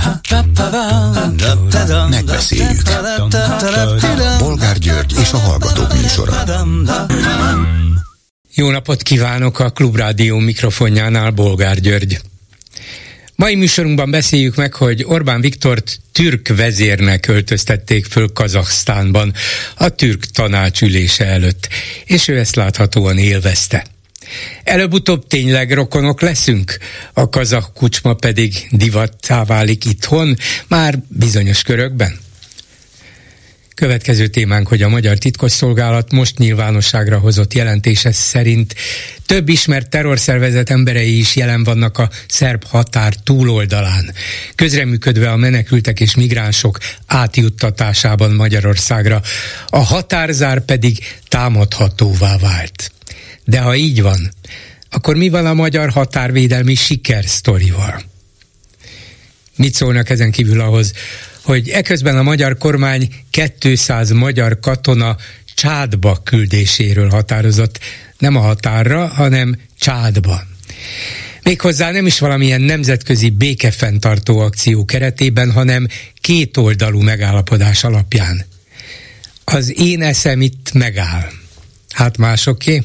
Megbeszéljük. Bolgár György és a Hallgatók műsora. Jó napot kívánok, a Klubrádió mikrofonjánál Bolgár György. Mai műsorunkban beszéljük meg, hogy Orbán Viktort türk vezérnek öltöztették föl Kazahsztánban a türk tanács ülése előtt, és ő ezt láthatóan élvezte. Előbb-utóbb tényleg rokonok leszünk, a kazah kucsma pedig divattá válik itthon, már bizonyos körökben. Következő témánk, hogy a magyar titkosszolgálat most nyilvánosságra hozott jelentése szerint több ismert terrorszervezet emberei is jelen vannak a szerb határ túloldalán, közreműködve a menekültek és migránsok átjuttatásában Magyarországra. A határzár pedig támadhatóvá vált. De ha így van, akkor mi van a magyar határvédelmi sikersztorival? Mit szólnak ezen kívül ahhoz, hogy eközben a magyar kormány 200 magyar katona Csádba küldéséről határozott, nem a határra, hanem Csádba. Méghozzá nem is valamilyen nemzetközi békefenntartó akció keretében, hanem kétoldalú megállapodás alapján. Az én eszem itt megáll. Hát másoké?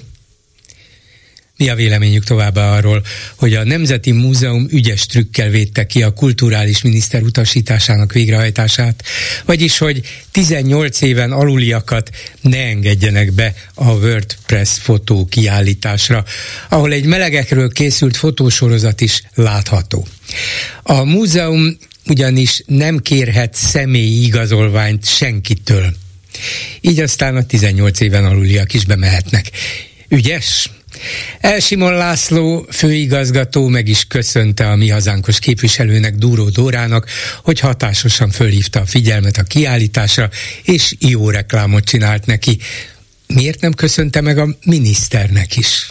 Mi a véleményük továbbá arról, hogy a Nemzeti Múzeum ügyes trükkel védte ki a kulturális miniszter utasításának végrehajtását, vagyis hogy 18 éven aluliakat ne engedjenek be a WordPress fotó kiállításra, ahol egy melegekről készült fotósorozat is látható. A múzeum ugyanis nem kérhet személyi igazolványt senkitől. Így aztán a 18 éven aluliak is bemehetnek. Ügyes? Elsimon László főigazgató meg is köszönte a Mi Hazánkos képviselőnek, Dúró Dórának, hogy hatásosan fölhívta a figyelmet a kiállításra, és jó reklámot csinált neki. Miért nem köszönte meg a miniszternek is?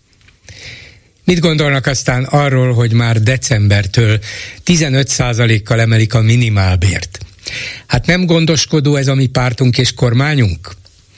Mit gondolnak aztán arról, hogy már decembertől 15%-kal emelik a minimálbért? Hát nem gondoskodó ez a mi pártunk és kormányunk?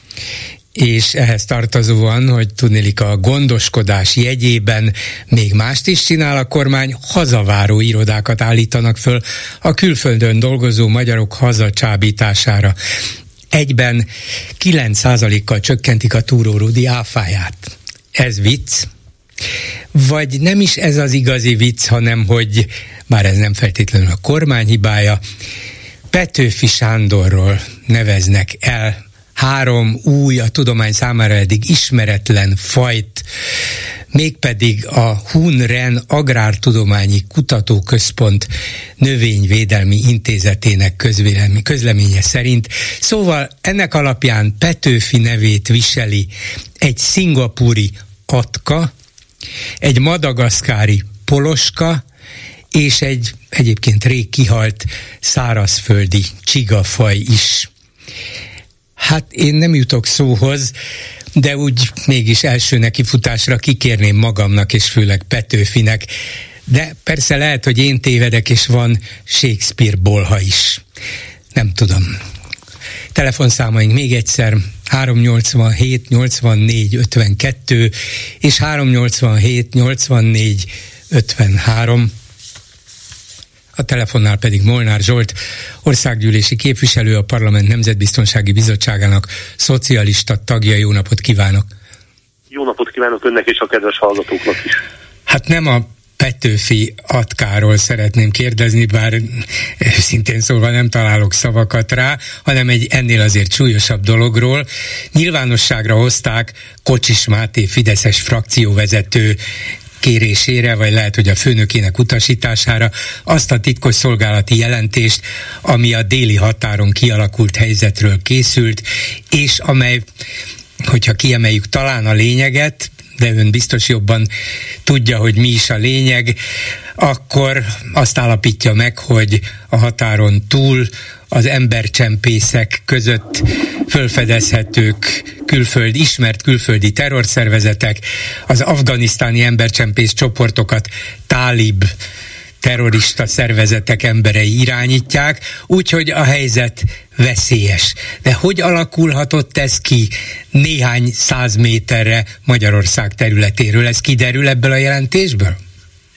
És ehhez tartozóan, hogy tudnélik, a gondoskodás jegyében még mást is csinál a kormány, hazaváró irodákat állítanak föl a külföldön dolgozó magyarok hazacsábítására. Egyben 9%-kal csökkentik a Túró Rudi áfáját. Ez vicc? Vagy nem is ez az igazi vicc, hanem hogy, bár ez nem feltétlenül a kormány hibája, Petőfi Sándorról neveznek el 3 új, a tudomány számára eddig ismeretlen fajt, mégpedig a Hun-Ren Agrártudományi Kutatóközpont Növényvédelmi Intézetének közleménye szerint. Szóval ennek alapján Petőfi nevét viseli egy szingapúri atka, egy madagaszkári poloska, és egy egyébként rég kihalt szárazföldi csigafaj is. Hát én nem jutok szóhoz, de úgy mégis első nekifutásra kikérném magamnak, és főleg Petőfinek. De persze lehet, hogy én tévedek, és van Shakespeare bolha is. Nem tudom. Telefonszámaink még egyszer 387 84 52 és 387 84 53. A telefonnál pedig Molnár Zsolt, országgyűlési képviselő, a Parlament Nemzetbiztonsági Bizottságának szocialista tagja. Jó napot kívánok! Jó napot kívánok önnek és a kedves hallgatóknak is! Hát nem a Petőfi atkáról szeretném kérdezni, bár szintén szólva nem találok szavakat rá, hanem egy ennél azért súlyosabb dologról. Nyilvánosságra hozták Kocsis Máté fideszes frakcióvezető kérésére, vagy lehet, hogy a főnökének utasítására azt a titkosszolgálati jelentést, ami a déli határon kialakult helyzetről készült, és amely, hogyha kiemeljük talán a lényeget, de ön biztos jobban tudja, hogy mi is a lényeg, akkor azt állapítja meg, hogy a határon túl az embercsempészek között fölfedezhetők ismert külföldi terrorszervezetek, az afganisztáni embercsempész csoportokat tálib terrorista szervezetek emberei irányítják, úgyhogy a helyzet veszélyes. De hogy alakulhatott ez ki néhány 100 méterre Magyarország területéről? Ez kiderül ebből a jelentésből?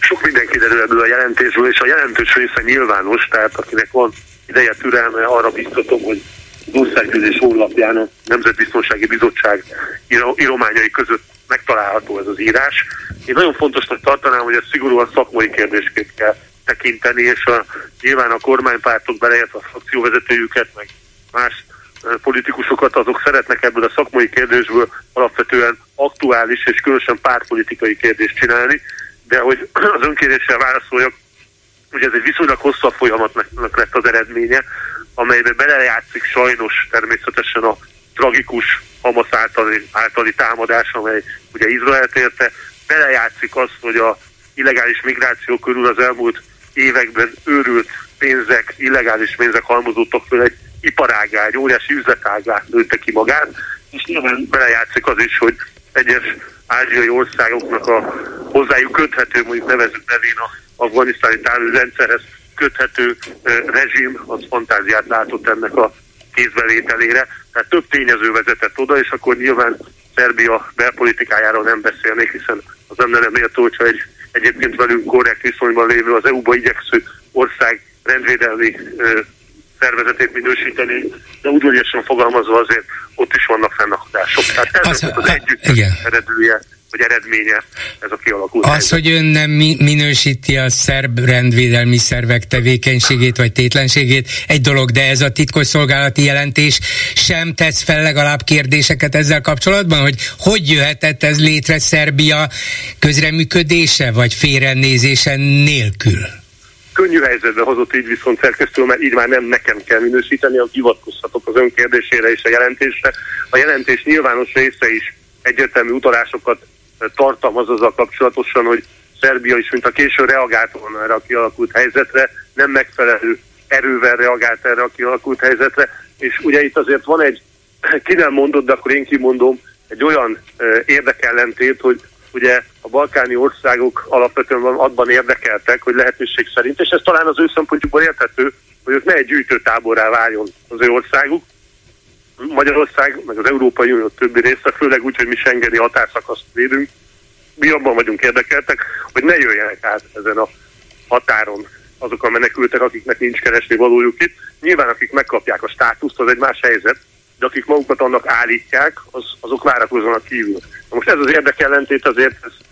sok minden kiderül ebből a jelentésből, és a jelentős része nyilvános, tehát akinek van ideje, türelme, arra biztatom, hogy az Országgyűlés honlapján a Nemzetbiztonsági Bizottság írományai között megtalálható ez az írás. Én nagyon fontosnak tartanám, hogy ezt szigorúan szakmai kérdésként kell tekinteni, és nyilván a kormánypártok beleértve a frakcióvezetőjüket, meg más politikusokat, azok szeretnek ebből a szakmai kérdésből alapvetően aktuális és különösen pártpolitikai kérdést csinálni, de hogy az önkérdéssel válaszoljak, hogy ez egy viszonylag hosszabb folyamatnak lett az eredménye, amelyben belejátszik sajnos természetesen a tragikus Hamas általi támadás, amely ugye Izraelt érte, belejátszik az, hogy a illegális migráció körül az elmúlt években őrült pénzek, illegális pénzek halmozódtak föl egy iparágá, egy óriási üzletágá nőtte ki magát, és nyilván belejátszik az is, hogy egyes ázsiai országoknak a hozzájuk köthető, mondjuk nevezzük nevén a afganisztáni távűrendszerhez köthető rezsim, az fantáziát látott ennek a kézbevételére. Tehát több tényező vezetett oda, és akkor nyilván Szerbia belpolitikájáról nem beszélnék, hiszen az nem lenne méltó, hogyha egy egyébként velünk korrekt viszonyban lévő az EU-ba igyeksző ország rendvédelmi szervezetét minősíteni, de udvariasan fogalmazva azért ott is vannak fennakadások. Tehát ez az együttes eredője, vagy eredménye ez a kialakult Az, helyzet. hogy ön nem minősíti a szerb rendvédelmi szervek tevékenységét vagy tétlenségét, egy dolog, de ez a titkosszolgálati jelentés sem tesz fel legalább kérdéseket ezzel kapcsolatban, hogy jöhetett ez létre Szerbia közreműködése vagy félrenézése nélkül? Könnyű helyzetbe hozott így viszont szerkesztő, mert így már nem nekem kell minősíteni, hanem hivatkozhatok az önkérdésére és a jelentésre. A jelentés nyilvános része is egyértelmű utalásokat tartalmaz azzal kapcsolatosan, hogy Szerbia is, mint a késő reagált volna erre a kialakult helyzetre, nem megfelelő erővel reagált erre a kialakult helyzetre, és ugye itt azért van egy, ki nem mondott, de akkor én kimondom, egy olyan érdekellentét, hogy ugye a balkáni országok alapvetően abban érdekeltek, hogy lehetőség szerint, és ez talán az ő szempontjukból érthető, hogy ők ne egy gyűjtőtáborrá váljon az ő országuk. Magyarország, meg az Európai Unió többi része, főleg úgy, hogy mi schengeni határszakaszt védünk, mi abban vagyunk érdekeltek, hogy ne jöjjenek át ezen a határon azok a menekültek, akiknek nincs keresni valójuk itt. Nyilván akik megkapják a státuszt, az egy más helyzet, de akik magukat annak állítják, azok várakozzanak kívül. Na most ez az érdekellentét azért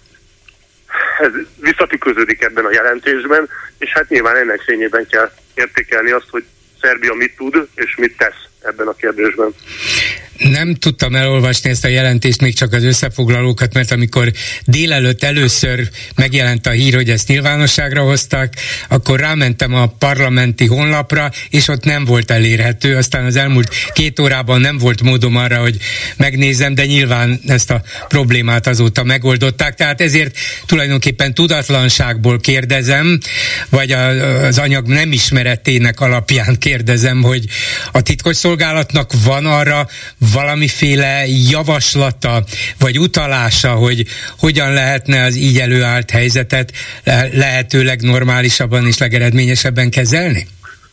ez visszatükröződik ebben a jelentésben, és hát nyilván ennek fényében kell értékelni azt, hogy Szerbia mit tud és mit tesz ebben a kérdésben. Nem tudtam elolvasni ezt a jelentést, még csak az összefoglalókat, mert amikor délelőtt először megjelent a hír, hogy ezt nyilvánosságra hozták, akkor rámentem a parlamenti honlapra, és ott nem volt elérhető. Aztán az elmúlt 2 órában nem volt módom arra, hogy megnézzem, de nyilván ezt a problémát azóta megoldották. Tehát ezért tulajdonképpen tudatlanságból kérdezem, vagy az anyag nem ismeretének alapján kérdezem, hogy a titkosszolgálatnak van arra valamiféle javaslata, vagy utalása, hogy hogyan lehetne az így előállt helyzetet lehetőleg normálisabban és legeredményesebben kezelni?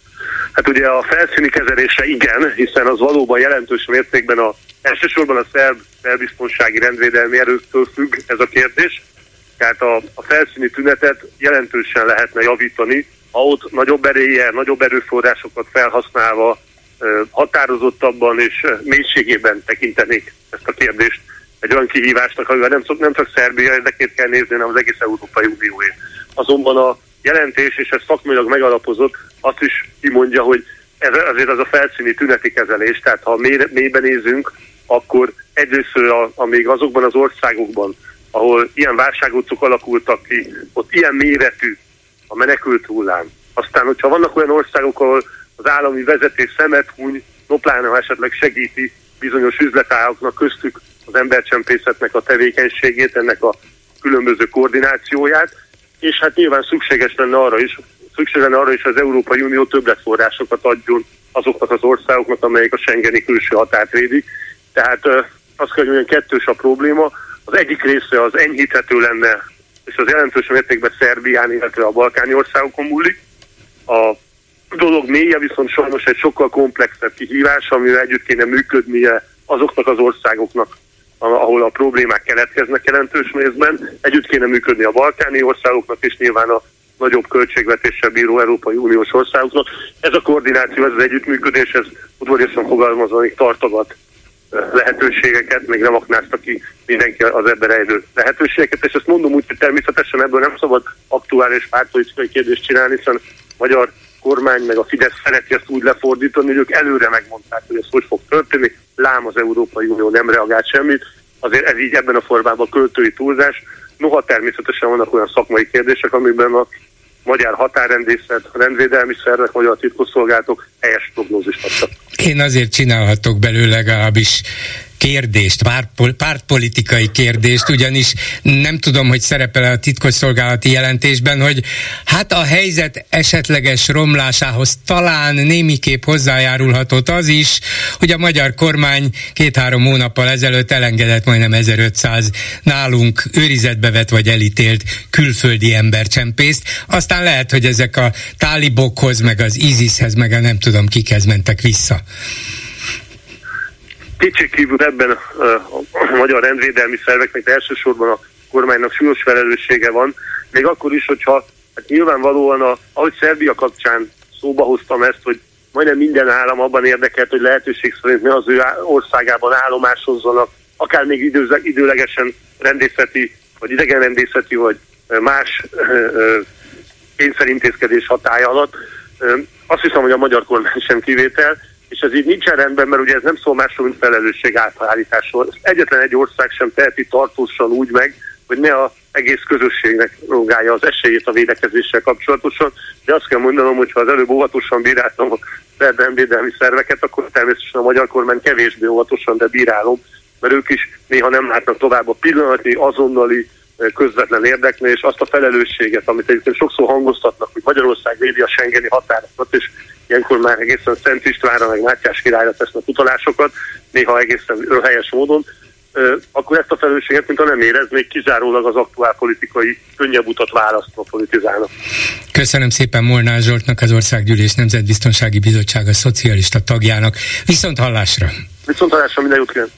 Hát ugye a felszíni kezelése igen, hiszen az valóban jelentős mértékben elsősorban a szerb biztonsági rendvédelmi erőktől függ ez a kérdés. Tehát a felszíni tünetet jelentősen lehetne javítani, ha ott nagyobb eréllyel, nagyobb erőforrásokat felhasználva határozottabban és mélységében tekintenék ezt a kérdést egy olyan kihívásnak, amivel nem csak Szerbia érdekét kell nézni, hanem az egész Európai Unióé. Azonban a jelentés, és ez szakmailag megalapozott, azt is kimondja, hogy ez azért az a felszíni tüneti kezelés, tehát ha mélyben nézünk, akkor egyrészt még azokban az országokban, ahol ilyen válságutcok alakultak ki, ott ilyen méretű a menekült hullám. Aztán, hogyha vannak olyan országok, ahol az állami vezetés szemet huny, noplána esetleg segíti bizonyos üzletágoknak, köztük az embercsempészetnek a tevékenységét, ennek a különböző koordinációját, és hát nyilván szükség lenne arra is, hogy az Európai Unió többletforrásokat adjon azoknak az országoknak, amelyek a schengeni külső határt védik. Tehát azt kell, hogy olyan kettős a probléma. Az egyik része az enyhíthető lenne, és az jelentős mértékben Szerbián, illetve a balkáni országokon múlik. A dolog mélye viszont sajnos egy sokkal komplexebb kihívás, amivel együtt kéne működnie azoknak az országoknak, ahol a problémák keletkeznek jelentős mérzben. Együtt kéne működni a balkáni országoknak, és nyilván a nagyobb költségvetéssel bíró Európai Uniós országoknak. Ez a koordináció, ez az együttműködés, ez udvariasan fogalmazva még tartogat lehetőségeket, még nem aknázta ki mindenki az ebben rejlő lehetőségeket, és ezt mondom úgy, hogy természetesen ebből nem szabad aktuális pártpolitikai kérdést csinálni, hiszen a magyar kormány meg a Fidesz szereti ezt úgy lefordítani, hogy ők előre megmondták, hogy ez hogy fog történni, lám az Európai Unió nem reagált semmit, azért ez így ebben a formában költői túlzás. Noha természetesen vannak olyan szakmai kérdések, amikben a magyar határrendészet, a rendvédelmi szervek, magyar titkosszolgálatok helyes prognózist adtak. Én azért csinálhatok belőle legalábbis kérdést, pártpolitikai kérdést, ugyanis nem tudom, hogy szerepel a titkosszolgálati jelentésben, hogy hát a helyzet esetleges romlásához talán némiképp hozzájárulhatott az is, hogy a magyar kormány 2-3 hónappal ezelőtt elengedett majdnem 1500 nálunk őrizetbe vett vagy elítélt külföldi embercsempészt. Aztán lehet, hogy ezek a tálibokhoz, meg az ISIS-hez, meg a nem tudom kikhez mentek vissza. Kétségkívül ebben a magyar rendvédelmi szerveknek, de elsősorban a kormánynak súlyos felelőssége van, még akkor is, hogyha hát nyilvánvalóan, ahogy Szerbia kapcsán szóba hoztam ezt, hogy majdnem minden állam abban érdekelt, hogy lehetőség szerint ne az ő országában állomásozzanak, akár még időlegesen rendészeti, vagy idegenrendészeti, vagy más kényszerintézkedés hatálya alatt. Azt hiszem, hogy a magyar kormány sem kivétel, és ez így nincsen rendben, mert ugye ez nem szól másról, mint felelősség átállításról. Egyetlen egy ország sem teheti tartósan úgy meg, hogy ne az egész közösségnek rongálja az esélyét a védekezéssel kapcsolatosan, de azt kell mondanom, hogy ha az előbb óvatosan bíráltam a szerb rendvédelmi szerveket, akkor természetesen a magyar kormány kevésbé óvatosan, de bírálom, mert ők is néha nem látnak tovább a pillanatnyi, azonnali, közvetlen érdeknél, és azt a felelősséget, amit egyébként sokszor hangoztatnak, hogy Magyarország védi a schengeni határokat, és ilyenkor már egészen Szent Istvánra, meg Mátyás királyra tesznek utalásokat, néha egészen helyes módon, akkor ezt a felelősséget, mint ha nem éreznék, kizárólag az aktuál politikai könnyebb utat választva politizálnak. Köszönöm szépen Molnár Zsoltnak, az Országgyűlés Nemzetbiztonsági Bizottsága szocialista tagjának. Viszont hallásra! Viszont hallásra, minden jót kívánok!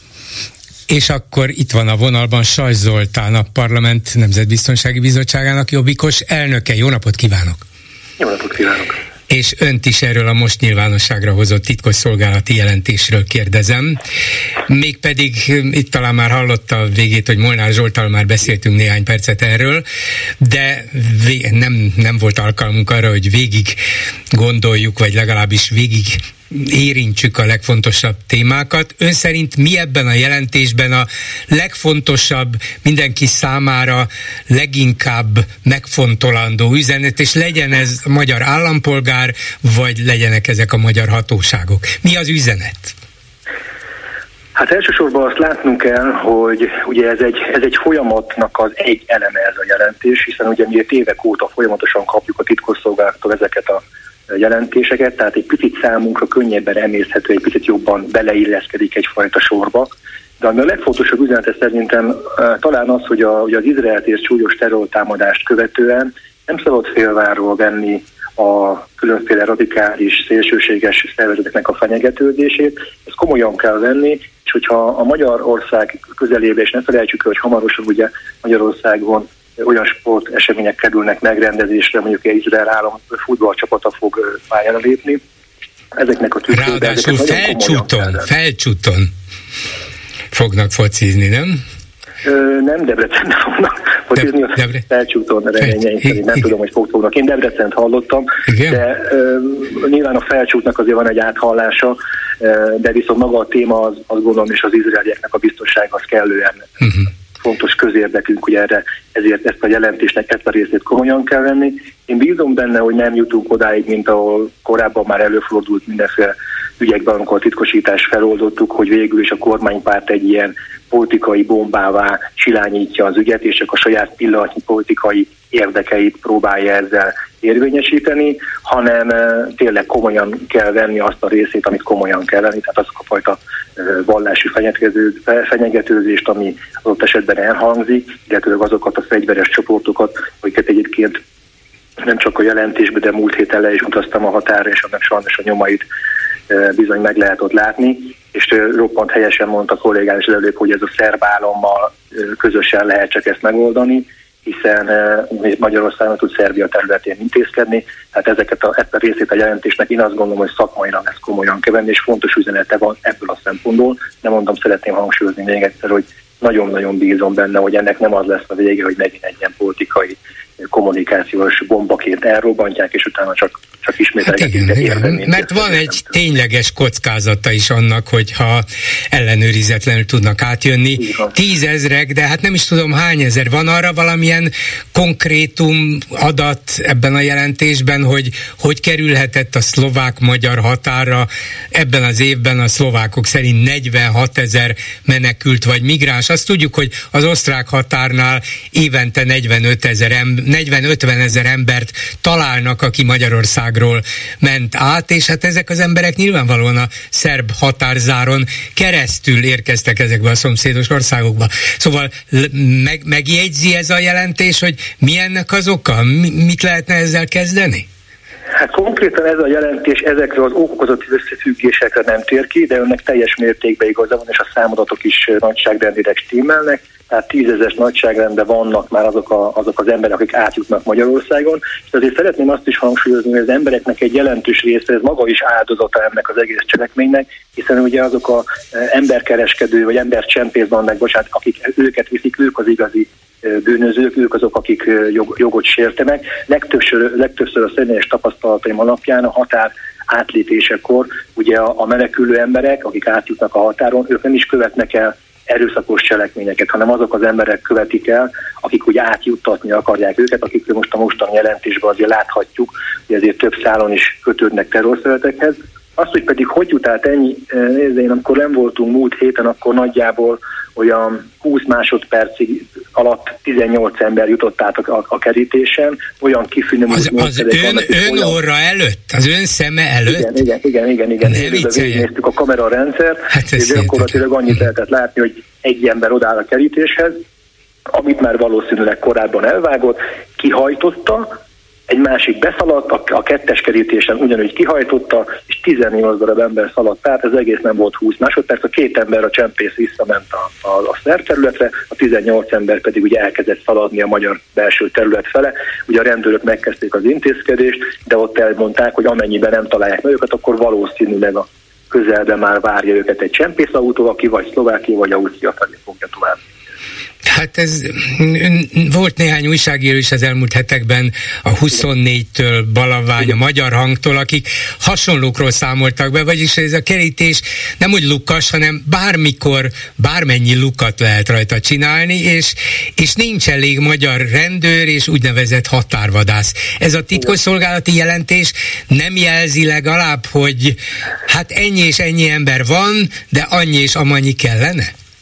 És akkor itt van a vonalban Sajs Zoltán, a Parlament Nemzetbiztonsági Bizottságának jobbikos elnöke. Jó napot kívánok! Jó napot kívánok! És önt is erről a most nyilvánosságra hozott titkosszolgálati jelentésről kérdezem. Mégpedig itt talán már hallotta a végét, hogy Molnár Zsolttal már beszéltünk néhány percet erről, de nem volt alkalmunk arra, hogy végig gondoljuk, vagy legalábbis végig érintsük a legfontosabb témákat. Ön szerint mi ebben a jelentésben a legfontosabb, mindenki számára leginkább megfontolandó üzenet, és legyen ez a magyar állampolgár, vagy legyenek ezek a magyar hatóságok? Mi az üzenet? Hát elsősorban azt látnunk kell, hogy ugye ez egy folyamatnak az egy eleme ez a jelentés, hiszen ugye mi évek óta folyamatosan kapjuk a titkosszolgálattól ezeket a jelentéseket, tehát egy picit számunkra könnyebben emészhető, egy picit jobban beleilleszkedik egyfajta sorba. De ami a legfontosabb üzenete szerintem talán az, hogy az Izraelt és súlyos terrortámadást követően nem szabad félvárról venni a különféle radikális, szélsőséges szervezeteknek a fenyegetőzését. Ezt komolyan kell venni, és hogyha a Magyarország közelébe, és ne felejtsük el, hogy hamarosan ugye Magyarországon olyan sportesemények kerülnek megrendezésre, mondjuk egy Izrael állam futballcsapata fog pályára lépni. Ezeknek a tükrében... Ráadásul felcsúton fognak focizni, nem? Nem, Debrecenben fognak focizni, Felcsúton reményeim szerint nem tudom, hogy fognak. Én Debrecent hallottam, igen? De nyilván a Felcsútnak azért van egy áthallása, de viszont maga a téma azt gondolom, és az izraelieknek a biztonság az kellően fontos közérdekünk, hogy ezért ezt a jelentésnek ezt a részét komolyan kell venni. Én bízom benne, hogy nem jutunk odáig, mint ahol korábban már előfordult mindenféle ügyekben, amikor a titkosítást feloldottuk, hogy végül is a kormánypárt egy ilyen politikai bombává silányítja az ügyet, és csak a saját pillanatnyi politikai érdekeit próbálja ezzel érvényesíteni, hanem tényleg komolyan kell venni azt a részét, amit komolyan kell venni, tehát azok a fajta vallási fenyegetőzést, ami adott esetben elhangzik, illetve azokat a fegyveres csoportokat, amiket egyébként nem csak a jelentésben, de múlt héten le is utaztam a határa, és annak sajnos a nyomait bizony meg lehet ott látni. és roppant helyesen mondta a kollégám is előbb, hogy ez a szerb állammal közösen lehet csak ezt megoldani, hiszen Magyarországon tud Szerbia területén intézkedni, tehát ezt a részét a jelentésnek én azt gondolom, hogy szakmailag ezt komolyan kell venni, és fontos üzenete van ebből a szempontból. De mondom, szeretném hangsúlyozni még egyszer, hogy nagyon-nagyon bízom benne, hogy ennek nem az lesz a vége, hogy megint egy ilyen politikai kommunikációs bombaként elrobbantják, és utána csak ismételgetik. Hát igen. Mert van egy tényleges kockázata is annak, hogyha ellenőrizetlenül tudnak átjönni. 10 000, de hát nem is tudom hány ezer. Van arra valamilyen konkrétum adat ebben a jelentésben, hogy kerülhetett a szlovák-magyar határra ebben az évben a szlovákok szerint 46 000 menekült vagy migráns. Azt tudjuk, hogy az osztrák határnál évente 40-50 000 embert találnak, aki Magyarországról ment át, és hát ezek az emberek nyilvánvalóan a szerb határzáron keresztül érkeztek ezekbe a szomszédos országokba. Szóval megjegyzi ez a jelentés, hogy mi ennek az oka? Mit lehetne ezzel kezdeni? Hát konkrétan ez a jelentés ezekről az okokozati összefüggésekre nem tér ki, de önnek teljes mértékben igaza van, és a számadatok is nagyságrendileg stimmelnek. Tehát 10 000 nagyságrendben vannak már azok az emberek, akik átjutnak Magyarországon. És azért szeretném azt is hangsúlyozni, hogy az embereknek egy jelentős része, ez maga is áldozata ennek az egész cselekménynek, hiszen ugye azok az emberkereskedő vagy embercsempészbandák, akik őket viszik, ők az igazi bűnözők, ők azok, akik jogot sértenek. Legtöbbször a személyes tapasztalataim alapján a határ átlépésekor ugye a menekülő emberek, akik átjutnak a határon, ők nem is követnek el erőszakos cselekményeket, hanem azok az emberek követik el, akik ugye átjuttatni akarják őket, akikről most a mostani jelentésben azért láthatjuk, hogy azért több szálon is kötődnek terrorszervezetekhez. Azt, hogy pedig hogy jut át ennyi, én amikor nem voltunk múlt héten, akkor nagyjából olyan 20 másodpercig alatt 18 ember jutott át a kerítésen, olyan kifinomult... Az ön orra előtt? Az ön szeme előtt? Igen. Végignéztük a kamerarendszert, hát és gyakorlatilag annyit lehetett látni, hogy egy ember odáll a kerítéshez, amit már valószínűleg korábban elvágott, kihajtotta, egy másik beszaladt, a kettes kerítésen ugyanúgy kihajtotta, és 18 darab ember szaladt át, ez egész nem volt 20 másodperc, a 2 ember, a csempész visszament a szerb területre, a 18 ember pedig ugye elkezdett szaladni a magyar belső terület fele. Ugye a rendőrök megkezdték az intézkedést, de ott elmondták, hogy amennyiben nem találják meg őket, akkor valószínűleg a közelben már várja őket egy csempészautó, aki vagy Szlovákia, vagy Ausztria felé fogja tovább. Hát ez volt néhány újságíró is az elmúlt hetekben, a 24-től, Balavány, a Magyar Hangtól, akik hasonlókról számoltak be, vagyis ez a kerítés nem úgy lukas, hanem bármikor, bármennyi lukat lehet rajta csinálni, és nincs elég magyar rendőr és úgynevezett határvadász. Ez a titkosszolgálati jelentés nem jelzi legalább, hogy hát ennyi és ennyi ember van, de annyi és amannyi kellene?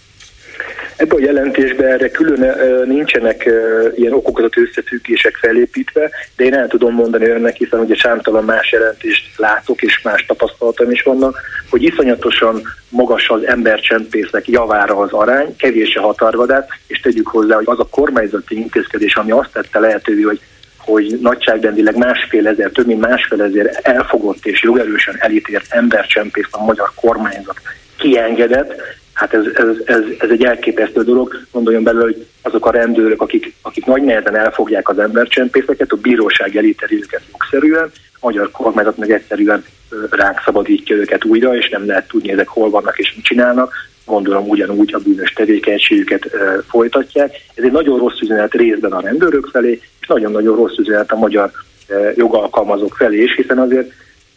Ebben a jelentésben erre külön nincsenek ilyen okokozati összefüggések felépítve, de én el tudom mondani önnek, hiszen ugye számtalan más jelentést látok, és más tapasztalatom is vannak, hogy iszonyatosan magas az embercsempészek javára az arány, kevés a határvadász, és tegyük hozzá, hogy az a kormányzati intézkedés, ami azt tette lehetővé, hogy nagyságrendileg több mint másfél ezer elfogott és jogerősen elítélt embercsempészt a magyar kormányzat kiengedett. Hát ez egy elképesztő dolog, gondoljon bele, hogy azok a rendőrök, akik nagy nehezen elfogják az embercsempészeket, a bíróság elítéli őket jogszerűen, a magyar kormányzat meg egyszerűen ránk szabadítja őket újra, és nem lehet tudni, ezek hol vannak és mit csinálnak. Gondolom ugyanúgy a bűnös tevékenységüket folytatják. Ez egy nagyon rossz üzenet részben a rendőrök felé, és nagyon-nagyon rossz üzenet a magyar jogalkalmazók felé is, hiszen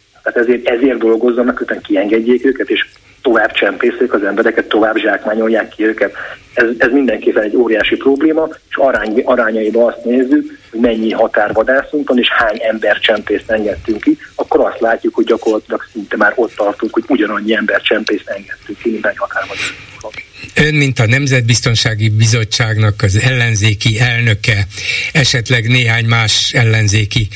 ezért dolgozzanak, utána kiengedjék őket, és tovább csempészék az embereket, tovább zsákmányolják ki őket. Ez mindenképpen egy óriási probléma, és arányaiban azt nézzük, hogy mennyi határvadászunk van, és hány embercsempészt engedtünk ki, akkor azt látjuk, hogy gyakorlatilag szinte már ott tartunk, hogy ugyanannyi embercsempészt engedtünk ki, mint egy határvadászunk van. Ön, mint a Nemzetbiztonsági Bizottságnak az ellenzéki elnöke, esetleg néhány más ellenzéki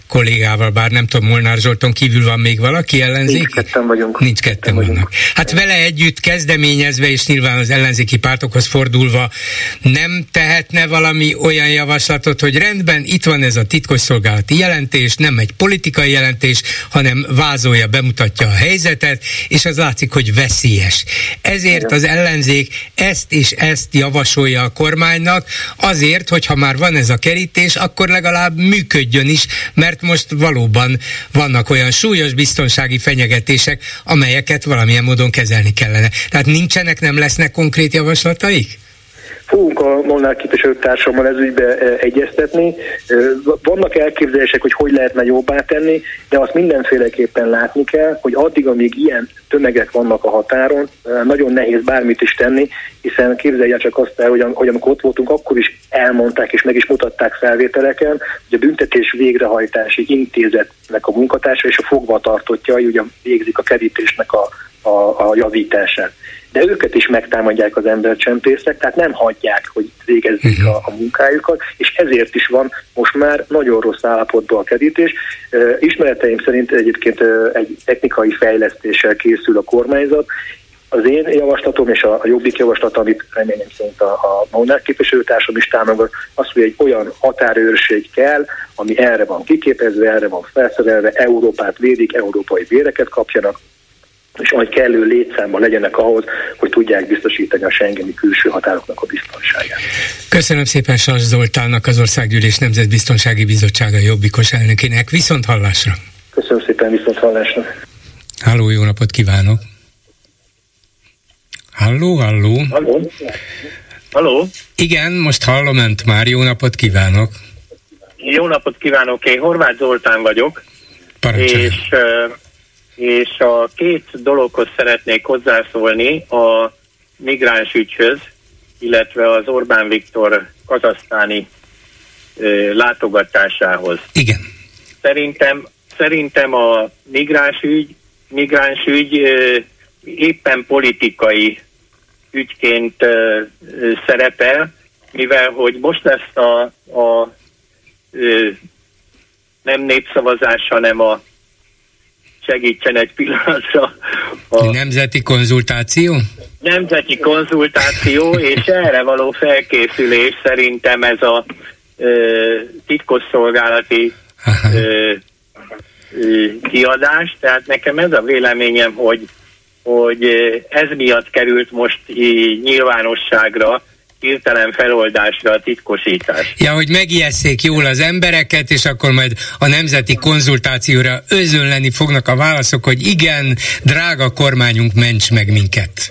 kollégával, bár nem tudom, Molnár Zsolton kívül van még valaki ellenzéki? Nincs ketten vannak. Hát vele együtt kezdeményezve, és nyilván az ellenzéki pártokhoz fordulva nem tehetne valami olyan javaslatot, hogy rendben, itt van ez a titkosszolgálati jelentés, nem egy politikai jelentés, hanem vázolja, bemutatja a helyzetet, és az látszik, hogy veszélyes. Ezért az ellenzék ezt és ezt javasolja a kormánynak, azért, hogyha már van ez a kerítés, akkor legalább működjön is, mert most valóban vannak olyan súlyos biztonsági fenyegetések, amelyeket valamilyen módon kezelni kellene. Tehát nincsenek, nem lesznek konkrét javaslataik? Fogunk a Molnár képviselőtársammal ez ügybe egyeztetni. Vannak elképzelések, hogy lehetne jobbá tenni, de azt mindenféleképpen látni kell, hogy addig, amíg ilyen tömegek vannak a határon, nagyon nehéz bármit is tenni, hiszen képzelje csak azt el, hogy amikor ott voltunk, akkor is elmondták és meg is mutatták felvételeken, hogy a büntetés végrehajtási intézetnek a munkatársa és a fogvatartottjai ugye végzik a kerítésnek a javítását. De őket is megtámadják az embercsempészek, tehát nem hagyják, hogy végezzék a munkájukat, és ezért is van most már nagyon rossz állapotban a kerítés. Ismereteim szerint egyébként egy technikai fejlesztéssel készül a kormányzat. Az én javaslatom és a Jobbik javaslat, amit reményem szerint a Molnár képviselőtársam is támogat, az, hogy egy olyan határőrség kell, ami erre van kiképezve, erre van felszerelve, Európát védik, európai béreket kapjanak, és majd kellő létszámban legyenek ahhoz, hogy tudják biztosítani a schengeni külső határoknak a biztonságát. Köszönöm szépen Sas Zoltánnak, az Országgyűlés Nemzetbiztonsági Bizottsága jobbikos elnökének. Viszont hallásra! Köszönöm szépen, viszont hallásra! Halló, jó napot kívánok! Halló? Halló? Igen, most hallom önt már, jó napot kívánok! Jó napot kívánok, én Horváth Zoltán vagyok, és a két dologhoz szeretnék hozzászólni, a migráns ügyhöz, illetve az Orbán Viktor kazahsztáni látogatásához. Igen. Szerintem a migráns ügy éppen politikai ügyként szerepel, mivel hogy most lesz a nem népszavazás, hanem segítsen egy pillanatra. Nemzeti konzultáció? Nemzeti konzultáció, és erre való felkészülés szerintem ez a titkosszolgálati kiadás. Tehát nekem ez a véleményem, hogy ez miatt került most nyilvánosságra, hirtelen feloldásra a titkosítás. Ja, hogy megijesszék jól az embereket, és akkor majd a nemzeti konzultációra özönleni fognak a válaszok, hogy igen, drága kormányunk, ments meg minket.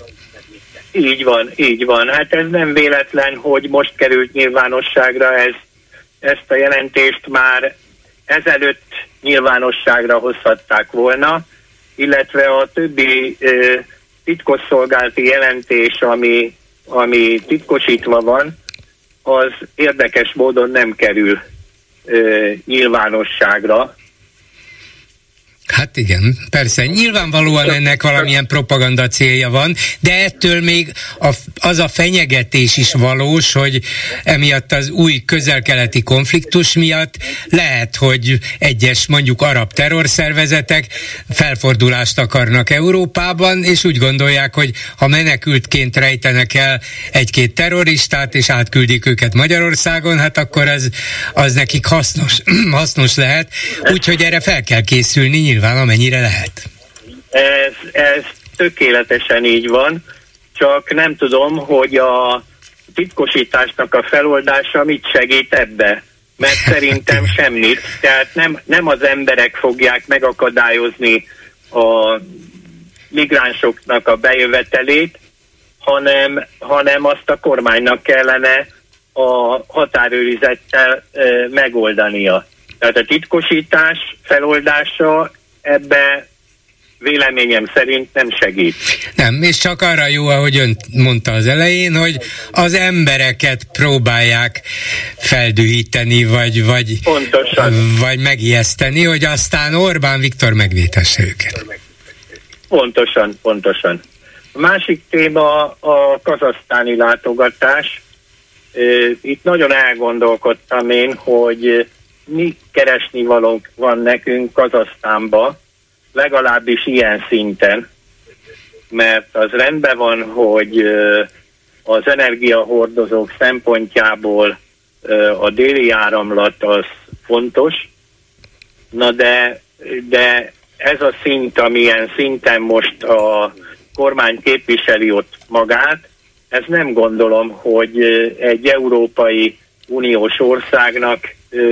Így van. Hát ez nem véletlen, hogy most került nyilvánosságra, ezt a jelentést már ezelőtt nyilvánosságra hozhatták volna, illetve a többi titkosszolgálati jelentés, ami titkosítva van, az érdekes módon nem kerül nyilvánosságra. Hát igen, persze, nyilvánvalóan ennek valamilyen propaganda célja van, de ettől még az a fenyegetés is valós, hogy emiatt az új közel-keleti konfliktus miatt lehet, hogy egyes mondjuk arab terrorszervezetek felfordulást akarnak Európában, és úgy gondolják, hogy ha menekültként rejtenek el egy-két terroristát, és átküldik őket Magyarországon, hát akkor az nekik hasznos lehet, úgyhogy erre fel kell készülni nyilván, amennyire lehet. Ez tökéletesen így van, csak nem tudom, hogy a titkosításnak a feloldása mit segít ebbe, mert szerintem semmit. Tehát nem az emberek fogják megakadályozni a migránsoknak a bejövetelét, hanem azt a kormánynak kellene a határőrizettel megoldania. Tehát a titkosítás feloldása ebbe véleményem szerint nem segít. Nem, és csak arra jó, ahogy ön mondta az elején, hogy az embereket próbálják feldühíteni, vagy megijeszteni, hogy aztán Orbán Viktor megvétesse őket. Pontosan. A másik téma a kazahsztáni látogatás. Itt nagyon elgondolkodtam én, hogy mi keresnivalónk van nekünk Kazahsztánba, legalábbis ilyen szinten, mert az rendben van, hogy az energiahordozók szempontjából a déli áramlat az fontos, na de ez a szint, amilyen szinten most a kormány képviseli ott magát, ez nem gondolom, hogy egy Európai Uniós országnak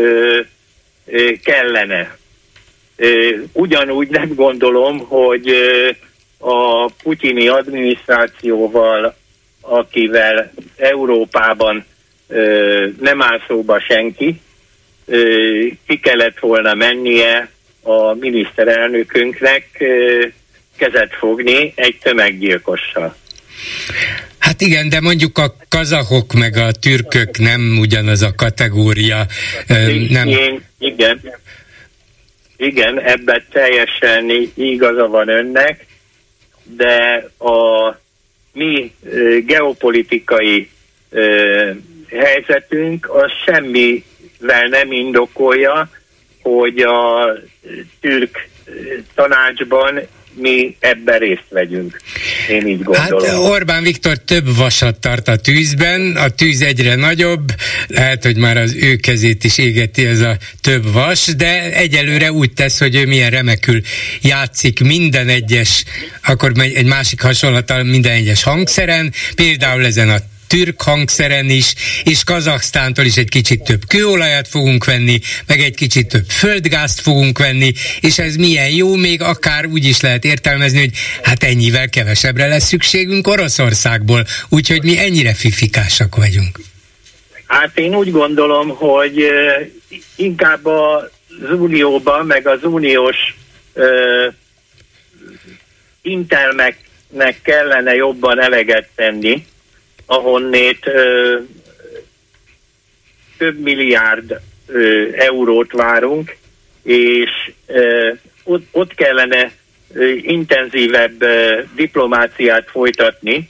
kellene. Ugyanúgy nem gondolom, hogy a putyini adminisztrációval, akivel Európában nem áll szóba senki, ki kellett volna mennie a miniszterelnökünknek kezet fogni egy tömeggyilkossal. Hát igen, de mondjuk a kazahok meg a türkök nem ugyanaz a kategória. Nem. Igen, ebben teljesen igaza van önnek, de a mi geopolitikai helyzetünk az semmivel nem indokolja, hogy a türk tanácsban mi ebben részt vegyünk. Én így gondolom. Hát Orbán Viktor több vasat tart a tűzben, a tűz egyre nagyobb, lehet, hogy már az ő kezét is égeti ez a több vas, de egyelőre úgy tesz, hogy ő milyen remekül játszik minden egyes, akkor egy másik hasonlattal minden egyes hangszeren, például ezen a türk hangszeren is, és Kazahsztántól is egy kicsit több kőolajat fogunk venni, meg egy kicsit több földgázt fogunk venni, és ez milyen jó, még akár úgy is lehet értelmezni, hogy hát ennyivel kevesebbre lesz szükségünk Oroszországból, úgyhogy mi ennyire fifikásak vagyunk. Hát én úgy gondolom, hogy inkább az unióban, meg az uniós intelmeknek kellene jobban eleget tenni, ahonnét több milliárd eurót várunk, és ott kellene intenzívebb diplomáciát folytatni,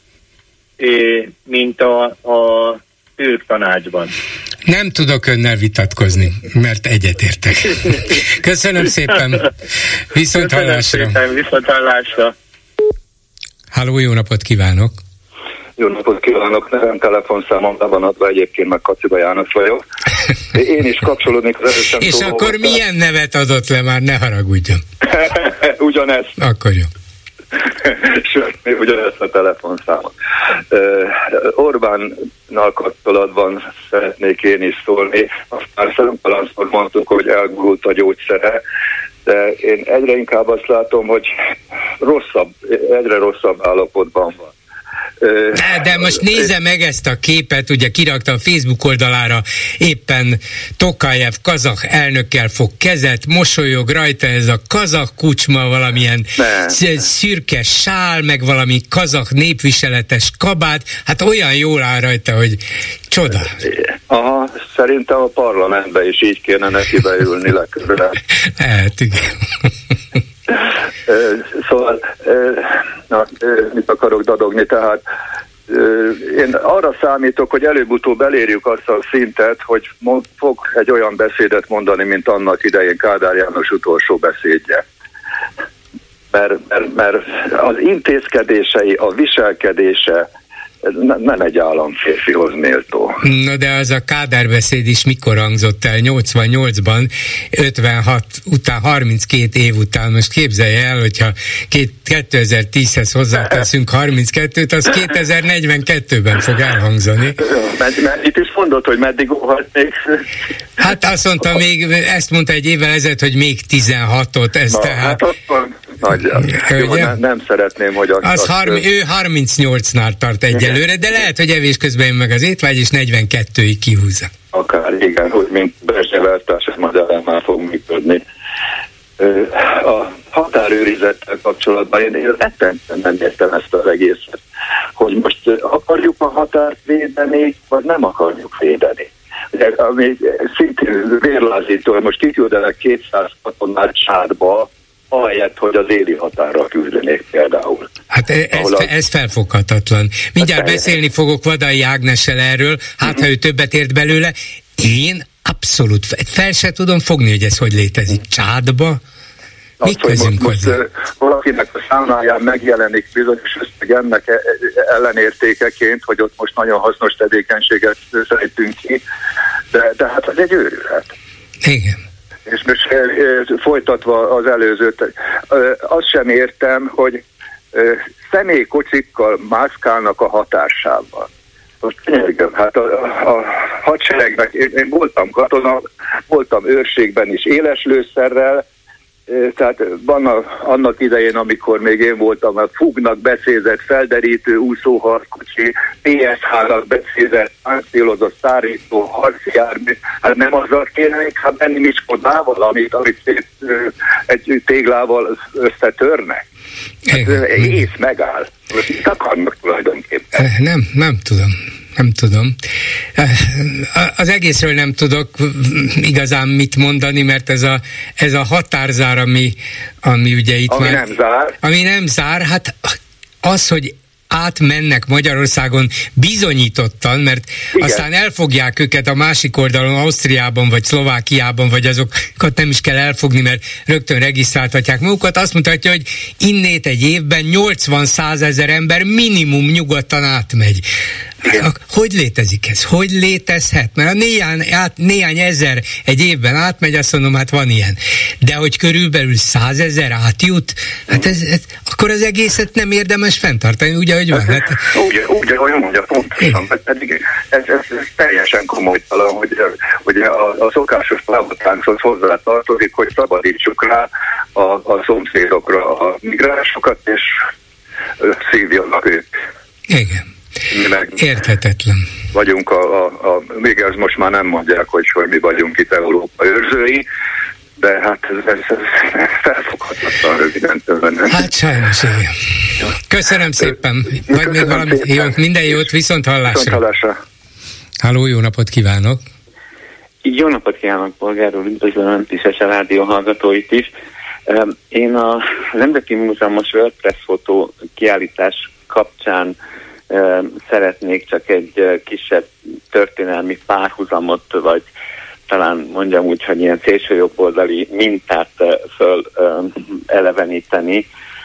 mint a türk tanácsban. Nem tudok önnel vitatkozni, mert egyetértek. Köszönöm szépen. Viszont hallásra. Viszont hallásra. Halló, jó napot kívánok! Jó napot kívánok, nevem telefonszámom le van adva, egyébként meg Kaciba János vagyok. Én is kapcsolódnék az előttem. És akkor milyen nevet adott le már, ne haragudjon. Ugyanezt. Akkor jó. Sőt, ugyanezt a telefonszámot. Orbánnal kapcsolatban szeretnék én is szólni. Azt már szemtelenszor mondtuk, hogy elgurult a gyógyszere, de én egyre inkább azt látom, hogy egyre rosszabb állapotban van. De most nézze meg ezt a képet, ugye kirakta a Facebook oldalára, éppen Tokajev kazah elnökkel fog kezet, mosolyog rajta ez a kazah kucsma, valamilyen szürke sál, meg valami kazah népviseletes kabát, hát olyan jól áll rajta, hogy csoda. Aha, szerintem a parlamentben is így kéne neki beülni legközelebb. Hát igen. Szóval, mit akarok dadogni, tehát én arra számítok, hogy előbb-utóbb elérjük azt a szintet, hogy fog egy olyan beszédet mondani, mint annak idején Kádár János utolsó beszédje. Mert az intézkedései, a viselkedése nem egy államférfihoz méltó. Na de az a Kádár beszéd is mikor hangzott el? 88-ban, 56 után, 32 év után. Most képzelje el, hogyha 2010-hez hozzáteszünk 32-t, az 2042-ben fog elhangzani. Mert itt is mondod, hogy meddig óhatnék? Hát azt mondta ezt mondta egy évvel ezelőtt, hogy még 16-ot, ez tehát... Hát nem szeretném, hogy ő 38-nál tart egyelőre, de lehet, hogy evés közben jön meg az étvágy, és 42-ig kihúzza. Akár, igen, hogy mint Brezsnyev elvtárs, magyar már fog működni. A határőrizettel kapcsolatban én rettentően nem értem ezt az egészet, hogy most akarjuk a határt védeni, vagy nem akarjuk védeni. Ami szintén vérlázító, hogy most kiküldenek 200 katonát Csádba, ahelyett, hogy az éli határra küldenék például. Hát ez felfoghatatlan. Mindjárt beszélni fogok Vadai Ágnessel erről, hát ha ő többet ért belőle. Én Abszolút. Fel se tudom fogni, hogy ez hogy létezik. Csádba? Mi közünk hozzá? Valakinek a számláján megjelenik bizonyos összeg ennek ellenértékeként, hogy ott most nagyon hasznos tevékenységet szejtünk ki, de hát ez egy őrület. Igen. És most folytatva az előzőt, azt sem értem, hogy személykocsikkal mászkálnak a határsávban. Most könyörgöm, hát a hadseregnek, én voltam katona, voltam őrségben is éles lőszerrel, tehát van annak idején, amikor még én voltam, a fugnak becézett felderítő úszóharckocsi, PSH-nak becézett páncélozott szárító harcjármű, hát nem azzal kéne inkább menni Miskolcával, amit egy téglával összetörnek. Hát ész megáll. Mit akarnak tulajdonképpen? Nem tudom. Az egészről nem tudok igazán mit mondani, mert ez a határzár, ami ugye itt ami már... Ami nem zár, hát az, hogy átmennek Magyarországon bizonyítottan, mert igen. Aztán elfogják őket a másik oldalon, Ausztriában, vagy Szlovákiában, vagy azokat nem is kell elfogni, mert rögtön regisztráltatják magukat. Azt mutatja, hogy innét egy évben 80-100 ezer ember minimum nyugodtan átmegy. Igen. Hogy létezik ez? Hogy létezhet? Mert néhány ezer egy évben átmegy, azt mondom, hát van ilyen. De hogy körülbelül 100 000 átjut, hát ez akkor az egészet nem érdemes fenntartani, ugye, hogy van? Hát... Úgy, ahogy mondja, pontosan, pedig ez teljesen komolytalan, hogy a szokásos lábatánchoz hozzá tartozik, hogy szabadítsuk rá a szomszédokra a migránsokat, és szívjanak ők. Igen. Érthetetlen. Vagyunk még ez most már nem mondják, hogy mi vagyunk itt Európa őrzői, de hát ez felfoghatatlan röviden tőle. Hát sajnos, igen. Köszönöm szépen. Vagy még valami, jó, minden jót, viszont hallásra. Halló, jó napot kívánok. Jó napot kívánok, polgár úr, üdvözlöm önt is, és a rádió hallgatóit is. Én a Nemzeti Múzeumos WordPress fotó kiállítás kapcsán szeretnék csak egy kisebb történelmi párhuzamot, vagy talán mondjam úgy, hogy ilyen szélsőjobboldali mintát föl eleveníteni.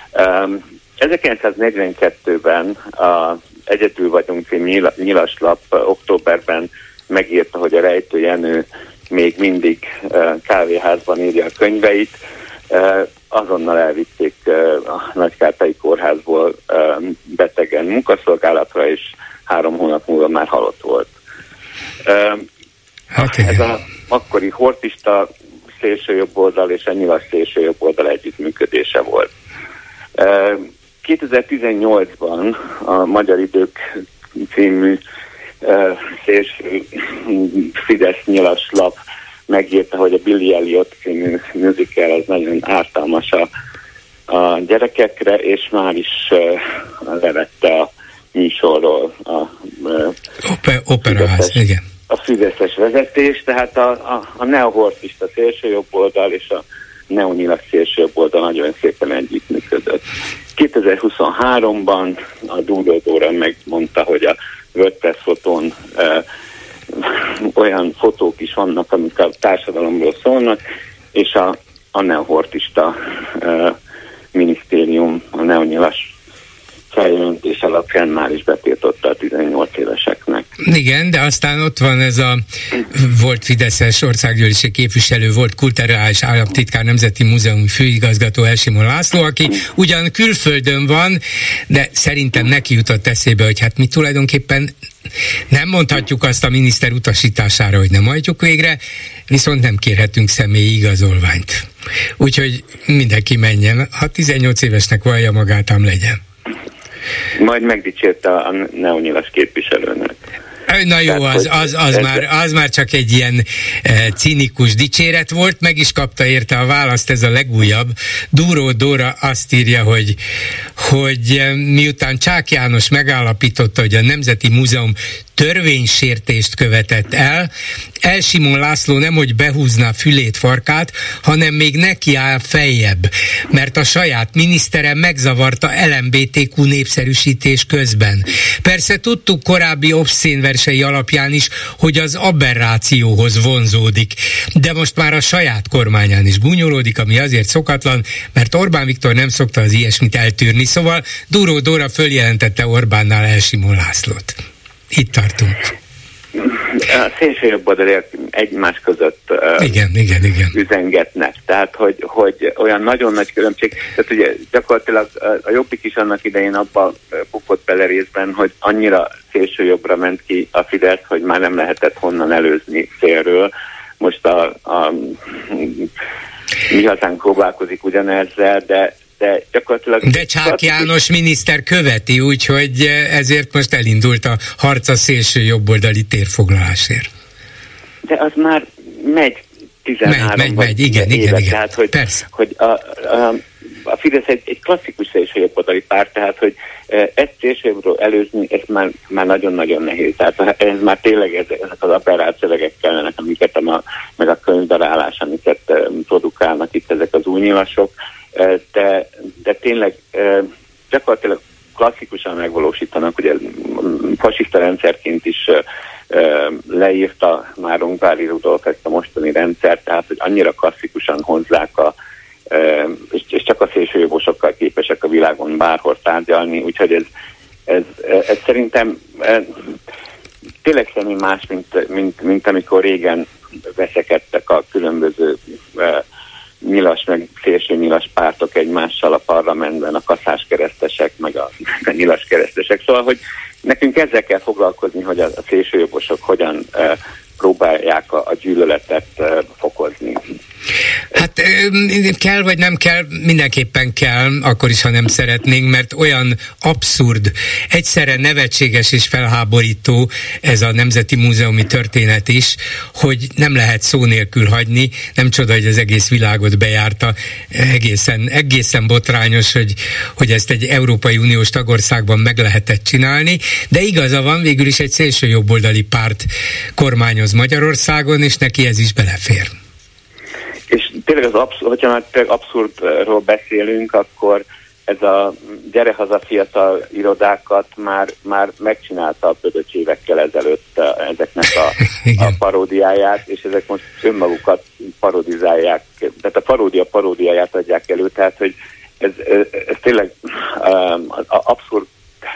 1942-ben a Egyedül vagyunk című nyilaslap októberben megírta, hogy a Rejtő Jenő még mindig kávéházban írja a könyveit. Azonnal elvitték a Nagykárpályi Kórházból betegen munkaszolgálatra, és 3 hónap múlva már halott volt. Ez az akkori hortista szélsőjobboldal és a nyilas szélsőjobboldal együttműködése volt. 2018-ban a Magyar Idők című szélső Fidesz nyilas lap megírta, hogy a Billy Elliot című musical az nagyon ártalmas a gyerekekre, és már is levette a műsorról a fideszes vezetés, tehát a neohortista szélsőjobboldal és a neonyilas szélsőjobboldal nagyon szépen együttműködött. 2023-ban a Dúró Dóra megmondta, hogy a WordPress fotón olyan fotók is vannak, amik a társadalomról szólnak, és a neohortista minisztérium a neonyilas feljelentés alapján már is betiltotta a 18 éveseknek. Igen, de aztán ott van ez a volt fideszes országgyűlési képviselő, volt kulturális államtitkár, Nemzeti Múzeumi főigazgató Elsimon László, aki ugyan külföldön van, de szerintem neki jutott eszébe, hogy hát mi tulajdonképpen nem mondhatjuk azt a miniszter utasítására, hogy nem hajtjuk végre, viszont nem kérhetünk személyi igazolványt. Úgyhogy mindenki menjen. Ha 18 évesnek vallja magát, ám legyen. Majd megdicsérte a neonyilas képviselőnek. Na jó, az már csak egy ilyen cinikus dicséret volt, meg is kapta érte a választ, ez a legújabb. Dúró Dóra azt írja, hogy miután Csák János megállapította, hogy a Nemzeti Múzeum törvénysértést követett el. Simon László nemhogy behúzná fülét, farkát, hanem még neki áll feljebb, mert a saját minisztere megzavarta LMBTQ népszerűsítés közben. Persze tudtuk korábbi obszcén versei alapján is, hogy az aberrációhoz vonzódik, de most már a saját kormányán is gúnyolódik, ami azért szokatlan, mert Orbán Viktor nem szokta az ilyesmit eltűrni, szóval Duró Dóra följelentette Orbánnál Simon Lászlót. Itt tartunk. A szélsőjobboldaliak egymás között igen. üzengetnek. Tehát, hogy olyan nagyon nagy különbség. Tehát ugye gyakorlatilag a Jobbik is annak idején abban bukott bele részben, hogy annyira szélsőjobbra ment ki a Fidesz, hogy már nem lehetett honnan előzni szélről. Most a mi hazánk próbálkozik ugyanezzel, de gyakorlatilag... De Csák János miniszter követi, úgyhogy ezért most elindult a harc a szélső jobboldali térfoglalásért. De az már megy 13 megy, igen. Tehát, hogy a Fidesz egy klasszikus szélsőjobboldali párt, tehát, hogy ezt szélsőjobbról előzni, ez már nagyon-nagyon nehéz. Tehát ez már tényleg ezek az aberrált szövegek kellenek, amiket meg a könyvdarálás, amiket produkálnak itt ezek az új nyilasok, de tényleg gyakorlatilag klasszikusan megvalósítanak, ugye fasiszta rendszerként is leírta már Ungvári Rudolf ezt a mostani rendszert, tehát hogy annyira klasszikusan hozzák és csak a szélsőjobbosokkal képesek a világon bárhol tárgyalni, úgyhogy ez szerintem tényleg semmi más, mint amikor régen veszekedtek a különböző nyilas, meg szélső nyilas pártok egymással a parlamentben, a kaszáskeresztesek, meg a nyilas keresztesek. Szóval, hogy nekünk ezzel kell foglalkozni, hogy a szélsőjobbosok hogyan próbálják a gyűlöletet fokozni. Hát kell vagy nem kell, mindenképpen kell, akkor is, ha nem szeretnénk, mert olyan abszurd, egyszerre nevetséges és felháborító ez a Nemzeti Múzeumi történet is, hogy nem lehet szó nélkül hagyni, nem csoda, hogy az egész világot bejárta, egészen botrányos, hogy ezt egy Európai Uniós tagországban meg lehetett csinálni, de igaza van, végül is egy szélsőjobboldali párt kormányoz Magyarországon, és neki ez is belefér. És tényleg hogyha már abszurdról beszélünk, akkor ez a gyere haza fiatal irodákat már megcsinálta a Pödöcs évekkel ezelőtt ezeknek a paródiáját, és ezek most önmagukat parodizálják, tehát a paródia paródiáját adják elő, tehát hogy ez tényleg abszurd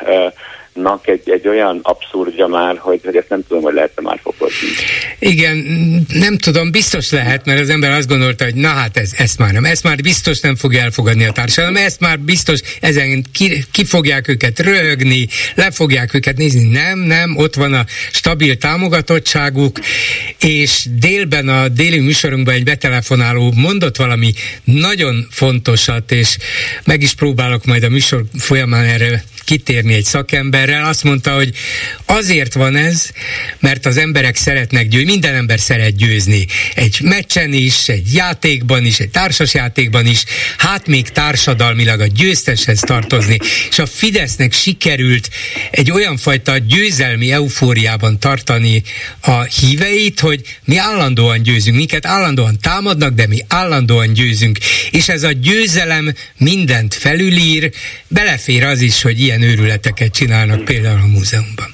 egy olyan abszurdja már, hogy ezt nem tudom, hogy lehet-e már fokozni. Igen, nem tudom, biztos lehet, mert az ember azt gondolta, hogy na hát ezt már biztos nem fogja elfogadni a társadalom, ezt már biztos, ezen ki fogják őket röhögni, le fogják őket nézni, nem, ott van a stabil támogatottságuk, és délben a déli műsorunkban egy betelefonáló mondott valami nagyon fontosat, és meg is próbálok majd a műsor folyamán erre kitérni egy szakemberrel, azt mondta, hogy azért van ez, mert az emberek szeretnek győzni, minden ember szeret győzni. Egy meccsen is, egy játékban is, egy társasjátékban is, hát még társadalmilag a győzteshez tartozni. És a Fidesznek sikerült egy olyan fajta győzelmi eufóriában tartani a híveit, hogy mi állandóan győzünk, minket állandóan támadnak, de mi állandóan győzünk. És ez a győzelem mindent felülír, belefér az is, hogy ilyen őrületeket csinálnak például a múzeumban.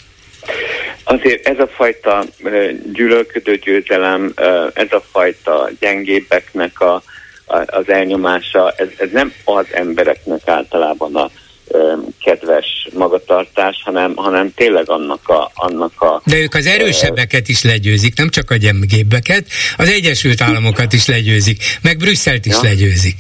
Azért ez a fajta gyűlölködő győzelem, ez a fajta gyengébbeknek az elnyomása, ez nem az embereknek általában a kedves magatartás, hanem tényleg annak a... De ők az erősebbeket is legyőzik, nem csak a gyengébbeket, az Egyesült Államokat is legyőzik, meg Brüsszelt is legyőzik.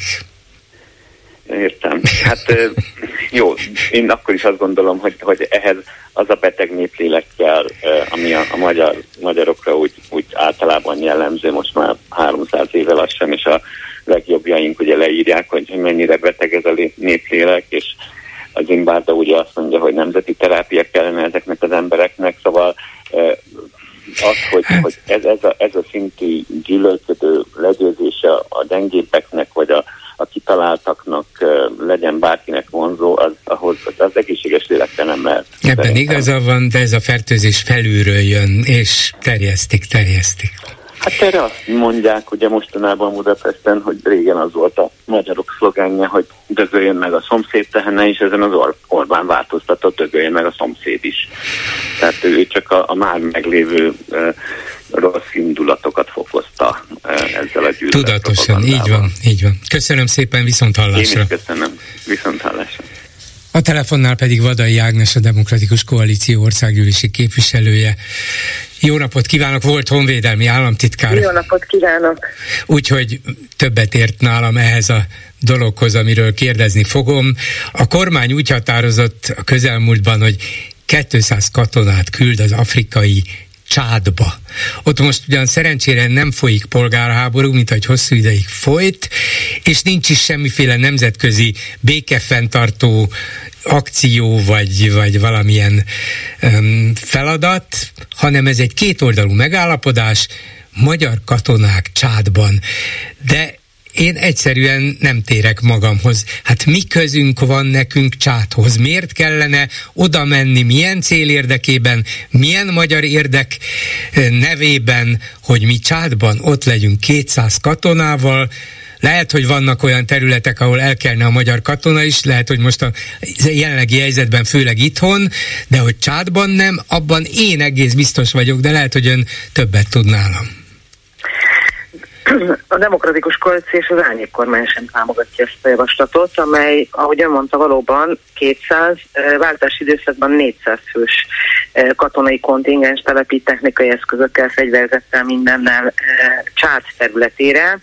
Értem. Hát jó, én akkor is azt gondolom, hogy ehhez az a beteg néplélek kell, ami a magyarokra úgy általában jellemző, most már 300 éve lassan, és a legjobbjaink ugye leírják, hogy mennyire beteg ez a néplélek, és a Zimbardo ugye azt mondja, hogy nemzeti terápia kellene ezeknek az embereknek, szóval az, hogy ez a szintű gyűlölködő legyőzése a gyengébbeknek, vagy a kitaláltaknak legyen bárkinek vonzó, az egészséges lélekkel nem lehet. Ebben igaza van, de ez a fertőzés felülről jön, és terjesztik. Hát erre azt mondják, ugye mostanában Budapesten, hogy régen az volt a magyarok szlogánja, hogy dögöljön meg a szomszéd tehene, és ezen az Orbán változtatott, dögöljön meg a szomszéd is. Tehát ő csak a már meglévő rossz indulatokat fokozta ezzel a gyűlölet. Tudatosan, így van. Köszönöm szépen, viszonthallásra. Én is köszönöm, viszonthallásra. A telefonnál pedig Vadai Ágnes, a Demokratikus Koalíció országgyűlési képviselője. Jó napot kívánok, volt honvédelmi államtitkár. Jó napot kívánok. Úgyhogy többet ért nálam ehhez a dologhoz, amiről kérdezni fogom. A kormány úgy határozott a közelmúltban, hogy 200 katonát küld az afrikai Csádba. Ott most ugyan szerencsére nem folyik polgárháború, mint ahogy hosszú ideig folyt, és nincs is semmiféle nemzetközi békefenntartó akció, vagy valamilyen feladat, hanem ez egy kétoldalú megállapodás, magyar katonák Csádban. De én egyszerűen nem térek magamhoz. Hát mi közünk van nekünk Csádhoz? Miért kellene oda menni? Milyen cél érdekében? Milyen magyar érdek nevében, hogy mi Csádban ott legyünk 200 katonával? Lehet, hogy vannak olyan területek, ahol el kellene a magyar katona is, lehet, hogy most a jelenlegi helyzetben, főleg itthon, de hogy Csádban nem, abban én egész biztos vagyok, de lehet, hogy ön többet tud nálam. A Demokratikus Koalíció és az Árnyék kormány sem támogatja ezt a javaslatot, amely, ahogy ön mondta, valóban 200, váltási időszakban 400 fős katonai kontingens telepít technikai eszközökkel, fegyverzettel, mindennel Csád területére,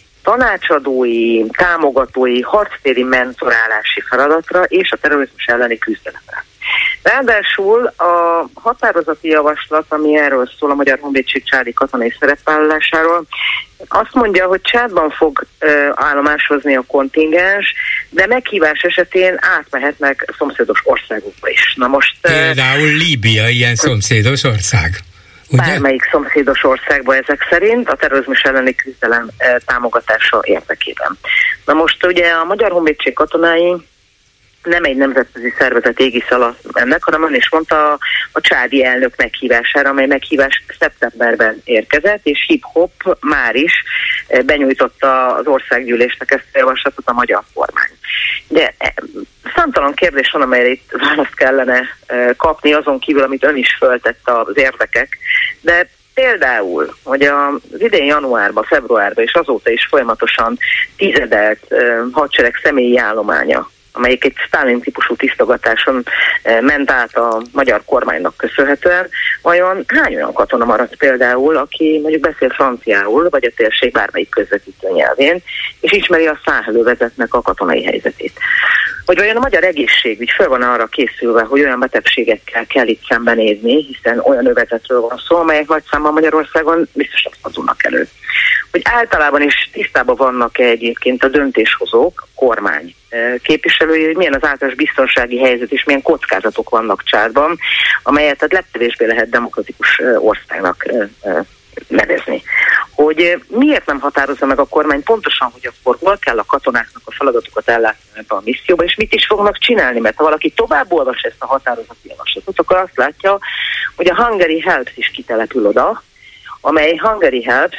tanácsadói, támogatói, harctéri mentorálási feladatra és a terrorizmus elleni küzdelemre. Ráadásul a határozati javaslat, ami erről szól, a Magyar Honvédség csádi katonai szerepvállalásáról, azt mondja, hogy Csádban fog állomásozni a kontingens, de meghívás esetén átmehetnek szomszédos országokba is. Na most, például Líbia ilyen szomszédos ország. Ugye? Bármelyik szomszédos országba ezek szerint a terrorizmus elleni küzdelem támogatása érdekében. Na most ugye a Magyar Honvédség katonái nem egy nemzetközi szervezet égisz alatt ennek, hanem ön is mondta a csádi elnök meghívására, amely meghívás szeptemberben érkezett, és hip-hop már is benyújtotta az országgyűlésnek ezt a javaslatot a magyar kormány. De számtalan kérdés van, amelyre itt választ kellene kapni, azon kívül, amit ön is föltett az érdekek, de például, hogy az idén januárban, februárban és azóta is folyamatosan tizedelt hadsereg személyi állománya, amelyik egy Sztálin típusú tisztogatáson ment át a magyar kormánynak köszönhetően, vajon hány olyan katona maradt például, aki mondjuk beszél franciául, vagy a térség bármelyik közvetítő nyelvén, és ismeri a száhelővezetnek a katonai helyzetét. Hogy vajon a magyar egészségügy föl van arra készülve, hogy olyan betegségekkel kell itt szembenézni, hiszen olyan övezetről van szó, amelyek nagy számban Magyarországon biztosan fordulnak elő. Hogy általában is tisztában vannak egyébként a döntéshozók, a kormány képviselői, hogy milyen az általános biztonsági helyzet és milyen kockázatok vannak Csádban, amelyet a legkevésbé lehet demokratikus országnak nevezni. Hogy miért nem határozza meg a kormány pontosan, hogy akkor hol kell a katonáknak a feladatokat ellátni ebbe a misszióba, és mit is fognak csinálni, mert ha valaki tovább olvas ezt a határozati javaslatot, akkor azt látja, hogy a Hungary Helps is kitelepül oda, amely Hungary Helps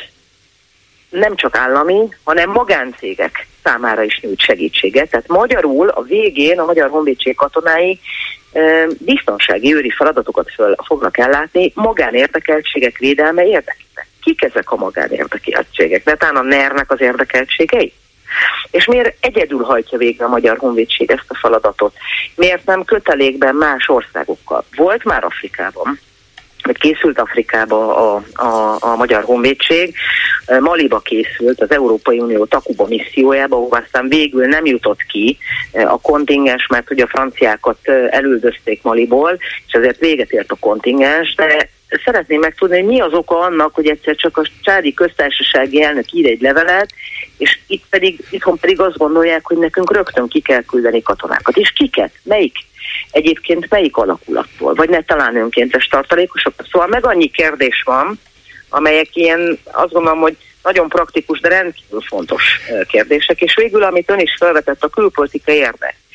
nem csak állami, hanem magáncégek számára is nyújt segítséget. Tehát magyarul a végén a Magyar Honvédség katonái biztonsági őri feladatokat fognak ellátni magánérdekeltségek védelme érdekében. Kik ezek a magánérdekeltségek? De talán a NER-nek az érdekeltségei? És miért egyedül hajtja végre a Magyar Honvédség ezt a feladatot? Miért nem kötelékben más országokkal? Volt már Afrikában, vagy készült Afrikába a Magyar Honvédség, Maliba készült az Európai Unió Takuba missziójába, ahol aztán végül nem jutott ki a kontingens, mert ugye a franciákat elüldözték Maliból, és ezért véget ért a kontingens, de szeretném megtudni, hogy mi az oka annak, hogy egyszer csak a csádi köztársasági elnök ír egy levelet, és itthon pedig azt gondolják, hogy nekünk rögtön ki kell küldeni katonákat. És kiket? Egyébként melyik alakulattól? Vagy ne talán önkéntes tartalékosokat? Szóval meg annyi kérdés van, amelyek ilyen, azt gondolom, hogy nagyon praktikus, de rendkívül fontos kérdések. És végül, amit ön is felvetett, a külpolitikai érdek.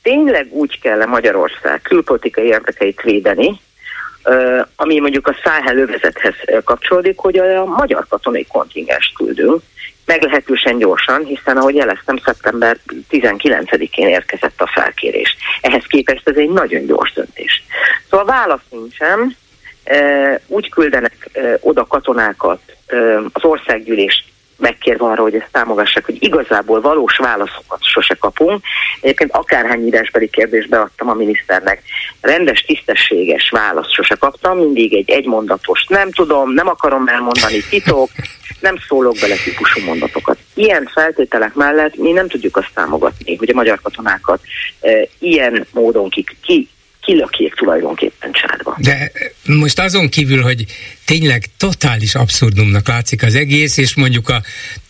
tényleg úgy kell Magyarország külpolitikai érdekeit védeni, ami mondjuk a Száhel övezethez kapcsolódik, hogy a magyar katonai kontingenst küldünk, meglehetősen gyorsan, hiszen ahogy jeleztem, szeptember 19-én érkezett a felkérés. Ehhez képest ez egy nagyon gyors döntés. Szóval válasz nincsen, úgy küldenek oda katonákat az országgyűlés megkérve arra, hogy ezt támogassák, hogy igazából valós válaszokat sose kapunk. Egyébként akárhány írásbeli kérdést beadtam a miniszternek, rendes, tisztességes választ sose kaptam, mindig egy egymondatos, nem tudom, nem akarom elmondani, titok, nem szólok bele típusú mondatokat. Ilyen feltételek mellett mi nem tudjuk azt támogatni, hogy a magyar katonákat ilyen módon kilökjék tulajdonképpen Csádba. De most azon kívül, hogy tényleg totális abszurdumnak látszik az egész, és mondjuk a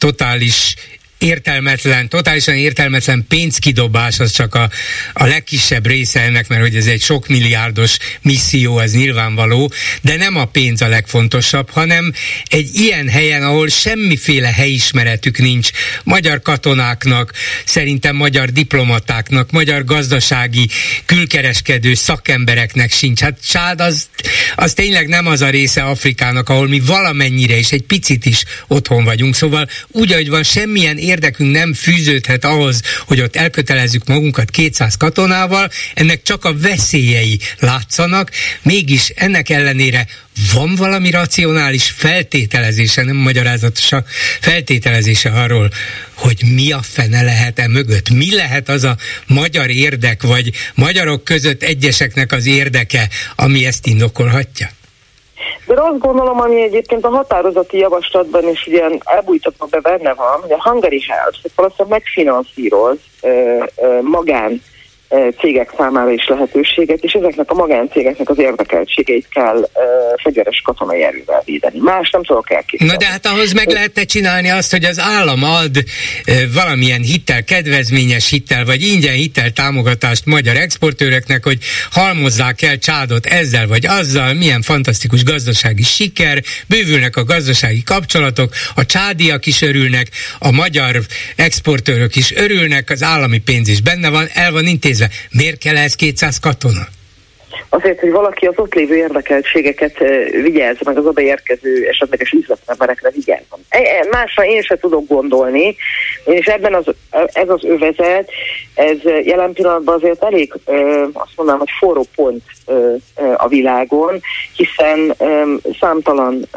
totálisan értelmetlen pénzkidobás az csak a legkisebb része ennek, mert hogy ez egy sok milliárdos misszió, ez nyilvánvaló, de nem a pénz a legfontosabb, hanem egy ilyen helyen, ahol semmiféle helyismeretük nincs magyar katonáknak, szerintem magyar diplomatáknak, magyar gazdasági külkereskedő szakembereknek sincs. Hát Csád az tényleg nem az a része Afrikának, ahol mi valamennyire és egy picit is otthon vagyunk, szóval úgy, ahogy van, semmilyen érdekünk nem fűződhet ahhoz, hogy ott elkötelezzük magunkat 200 katonával, ennek csak a veszélyei látszanak, mégis ennek ellenére van valami racionális feltételezése, nem magyarázatos a feltételezése arról, hogy mi a fene lehet mögött? Mi lehet az a magyar érdek, vagy magyarok között egyeseknek az érdeke, ami ezt indokolhatja? De azt gondolom, ami egyébként a határozati javaslatban is ugyan elbújtatva be benne van, hogy a Hungary Health valószínűleg megfinanszíroz magán cégek számára is lehetőséget, és ezeknek a magáncégeknek az érdekeltségeit kell fegyveres katonai erővel védeni. Más nem tudok elképzelni. Na de hát ahhoz meg lehetne csinálni azt, hogy az állam ad valamilyen kedvezményes hitel, vagy ingyen hitel támogatást magyar exportőröknek, hogy halmozzák el Csádot ezzel vagy azzal, milyen fantasztikus gazdasági siker, bővülnek a gazdasági kapcsolatok, a csádiak is örülnek, a magyar exportőrök is örülnek, az állami pénz is benne van, el van intézve. Miért kell ez 200 katona? Azért, hogy valaki az ott lévő érdekeltségeket vigyázza, meg az odaérkező esetleges üzletemberekre vigyázzon. Másra én se tudok gondolni, és ebben ez az övezet, ez jelen pillanatban azért elég, azt mondanám, hogy forró pont a világon, hiszen számtalan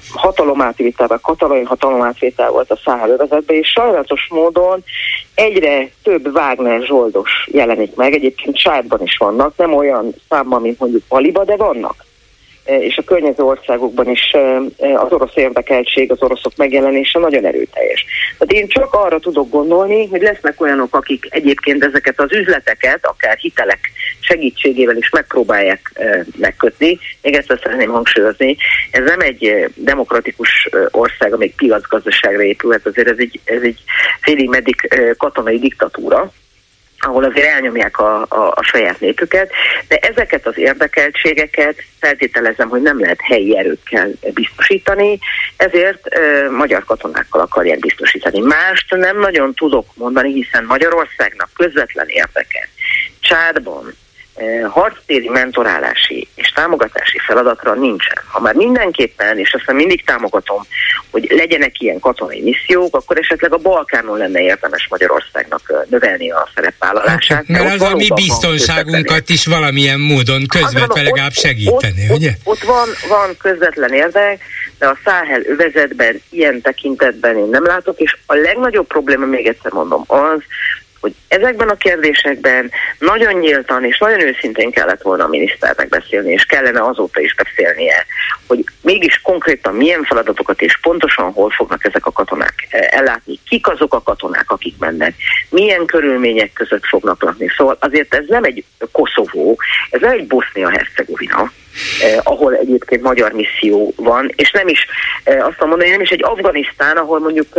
katonai hatalomátvétel volt a Száhel övezetben, és sajnálatos módon egyre több Wagner zsoldos jelenik meg, egyébként Csádban is vannak, nem olyan számban, mint mondjuk Maliba, de vannak. És a környező országokban is az orosz érdekeltség, az oroszok megjelenése nagyon erőteljes. Tehát én csak arra tudok gondolni, hogy lesznek olyanok, akik egyébként ezeket az üzleteket, akár hitelek segítségével is megpróbálják megkötni. Még ezt szeretném hangsúlyozni. Ez nem egy demokratikus ország, amely piacgazdaságra épül, azért ez egy félig meddig katonai diktatúra, ahol azért elnyomják a saját népüket, de ezeket az érdekeltségeket feltételezem, hogy nem lehet helyi erőkkel biztosítani, ezért magyar katonákkal akarják biztosítani. Mást nem nagyon tudok mondani, hiszen Magyarországnak közvetlen érdeke Csádban harctéri mentorálási és támogatási feladatra nincsen. Ha már mindenképpen, és aztán mindig támogatom, hogy legyenek ilyen katonai missziók, akkor esetleg a Balkánon lenne érdemes Magyarországnak növelni a szerepvállalását. Mert az a mi biztonságunkat is valamilyen módon közvetve legalább segíteni, ugye? Ott van közvetlen érdek, de a Száhel övezetben ilyen tekintetben én nem látok, és a legnagyobb probléma, még egyszer mondom, az, hogy ezekben a kérdésekben nagyon nyíltan és nagyon őszintén kellett volna a miniszternek beszélni, és kellene azóta is beszélnie, hogy mégis konkrétan milyen feladatokat és pontosan hol fognak ezek a katonák ellátni, kik azok a katonák, akik mennek, milyen körülmények között fognak lakni. Szóval azért ez nem egy Koszovó, ez nem egy Bosznia-Hercegovina, ahol egyébként magyar misszió van, és nem is azt mondani, nem is egy Afganisztán, ahol mondjuk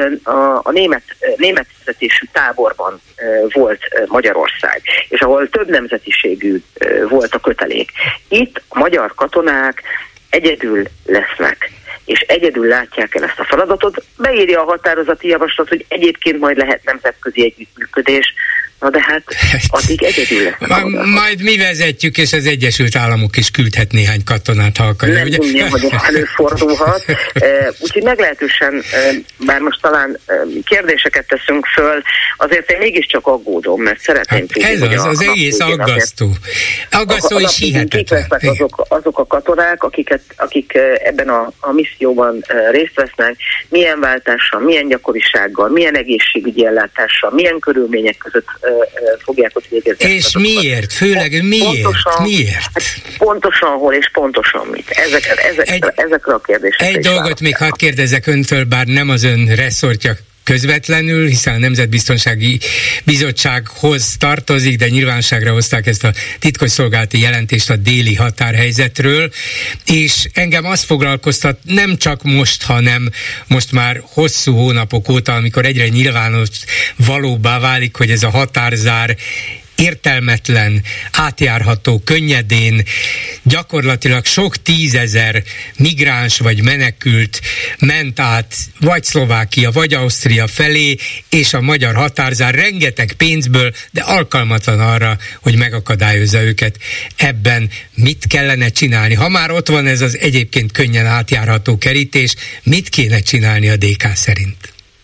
a német vezetésű táborban volt Magyarország, és ahol több nemzetiségű volt a kötelék. Itt a magyar katonák egyedül lesznek, és egyedül látják el ezt a feladatot. Beírja a határozati javaslat, hogy egyébként majd lehet nemzetközi együttműködés. Na de hát addig egyedül lesz. Majd mi vezetjük, és az Egyesült Államok is küldhet néhány katonát, ha akarja. Nem tudném, hogy ez előfordulhat. Úgyhogy meglehetősen, bár most talán kérdéseket teszünk föl, azért én mégiscsak aggódom, mert szeretném tudni, ez hogy az egész aggasztó. Aggasztó és hihetetlen. Azok a katonák, akik ebben a misszióban részt vesznek, milyen váltással, milyen gyakorisággal, milyen egészségügyi ellátással, milyen körülmények között fogják ott végezni. És miért? Főleg miért? Miért? Pontosan hol és pontosan mit? Ezekre a kérdésekre. Egy dolgot még hadd kérdezzek öntől, bár nem az ön reszortja közvetlenül, hiszen a Nemzetbiztonsági Bizottsághoz tartozik, de nyilvánosságra hozták ezt a titkosszolgálati jelentést a déli határhelyzetről, és engem azt foglalkoztat nem csak most, hanem most már hosszú hónapok óta, amikor egyre nyilvános valóbbá válik, hogy ez a határzár értelmetlen, átjárható, könnyedén, gyakorlatilag sok tízezer migráns vagy menekült ment át vagy Szlovákia, vagy Ausztria felé, és a magyar határzár rengeteg pénzből, de alkalmatlan arra, hogy megakadályozza őket. Ebben mit kellene csinálni? Ha már ott van ez az egyébként könnyen átjárható kerítés, mit kéne csinálni a DK szerint?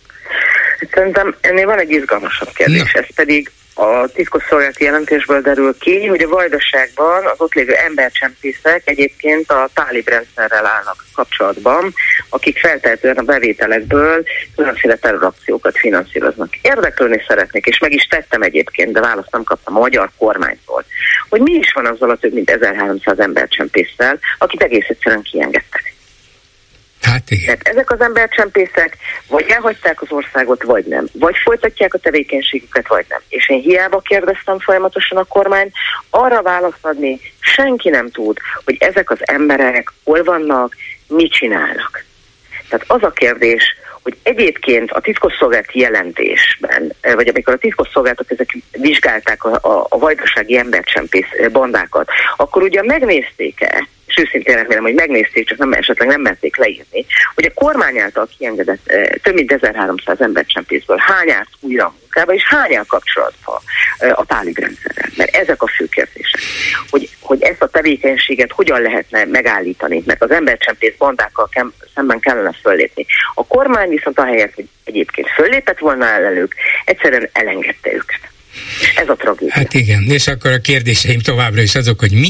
Szerintem ennél van egy izgalmasabb kérdés, ez pedig a titkosszolgálati jelentésből derül ki, hogy a Vajdaságban az ott lévő embercsempészek egyébként a tálib rendszerrel állnak kapcsolatban, akik feltehetően a bevételekből különféle terrorakciókat finanszíroznak. Érdeklődni szeretnék, és meg is tettem egyébként, de választ nem kaptam a magyar kormánytól, hogy mi is van azzal a több mint 1300 embercsempésszel, akit egész egyszerűen kiengedtek. Hát igen. Tehát ezek az embercsempészek vagy elhagyták az országot, vagy nem. Vagy folytatják a tevékenységüket, vagy nem. És én hiába kérdeztem folyamatosan a kormány, arra választ adni senki nem tud, hogy ezek az emberek hol vannak, mit csinálnak. Tehát az a kérdés, hogy egyébként a titkosszolgálati jelentésben, vagy amikor a titkosszolgálatok ezek vizsgálták a vajdasági embercsempész bandákat, akkor ugye megnézték-e, és őszintén remélem, hogy megnézték, csak esetleg nem merték leírni, hogy a kormány által kiengedett több mint 1300 embercsempészből hány állt újra a munkába, és hány áll kapcsolatba a tálib rendszerrel. Mert ezek a fő kérdések. Hogy ezt a tevékenységet hogyan lehetne megállítani, mert az embercsempész bandákkal szemben kellene föllépni. A kormány viszont ahelyett, hogy egyébként föllépett volna ellenük, egyszerűen elengedte őket. Ez a tragédia. Hát igen, és akkor a kérdéseim továbbra is azok, hogy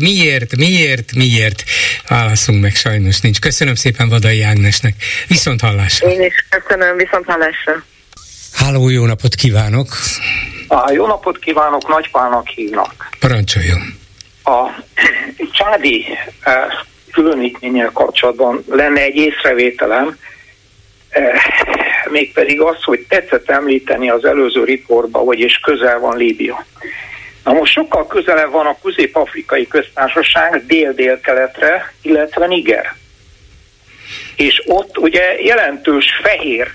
miért válaszunk meg, sajnos nincs. Köszönöm szépen Vadai Ágnesnek. Viszont hallásra. Én is köszönöm, viszont hallásra. Háló, jó napot kívánok! Jó napot kívánok, Nagypálnak hívnak. Parancsoljon! A csádi különítménnyel kapcsolatban lenne egy észrevételem, mégpedig az, hogy tetszett említeni az előző riportban, hogy és közel van Líbia. Na most sokkal közelebb van a Közép-Afrikai Köztársaság dél-dél-keletre, illetve Niger. És ott ugye jelentős fehér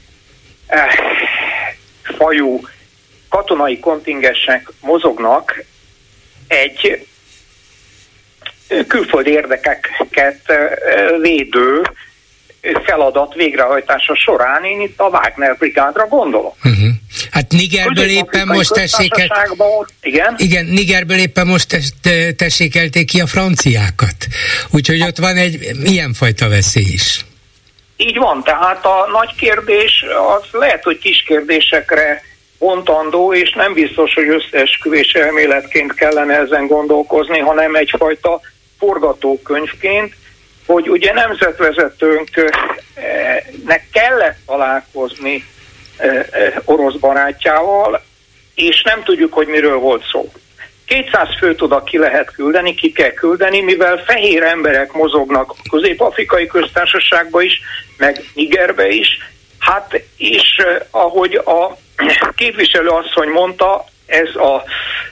fajú katonai kontingensek mozognak egy külföldi érdekeket védő feladat végrehajtása során. Én itt a Wagner brigádra gondolok. Hát Nigerből éppen most igen, Nigerből éppen most tessékelték ki a franciákat. Úgyhogy ott van egy ilyenfajta veszély is. Így van, tehát a nagy kérdés az lehet, hogy kis kérdésekre bontandó, és nem biztos, hogy összeesküvés elméletként kellene ezen gondolkozni, hanem egyfajta forgatókönyvként, hogy ugye nemzetvezetőnknek kellett találkozni orosz barátjával, és nem tudjuk, hogy miről volt szó. 200 főt oda ki lehet küldeni, ki kell küldeni, mivel fehér emberek mozognak a Közép-Afrikai Köztársaságba is, meg Nigerbe is. Hát, és ahogy a képviselő asszony mondta, ez a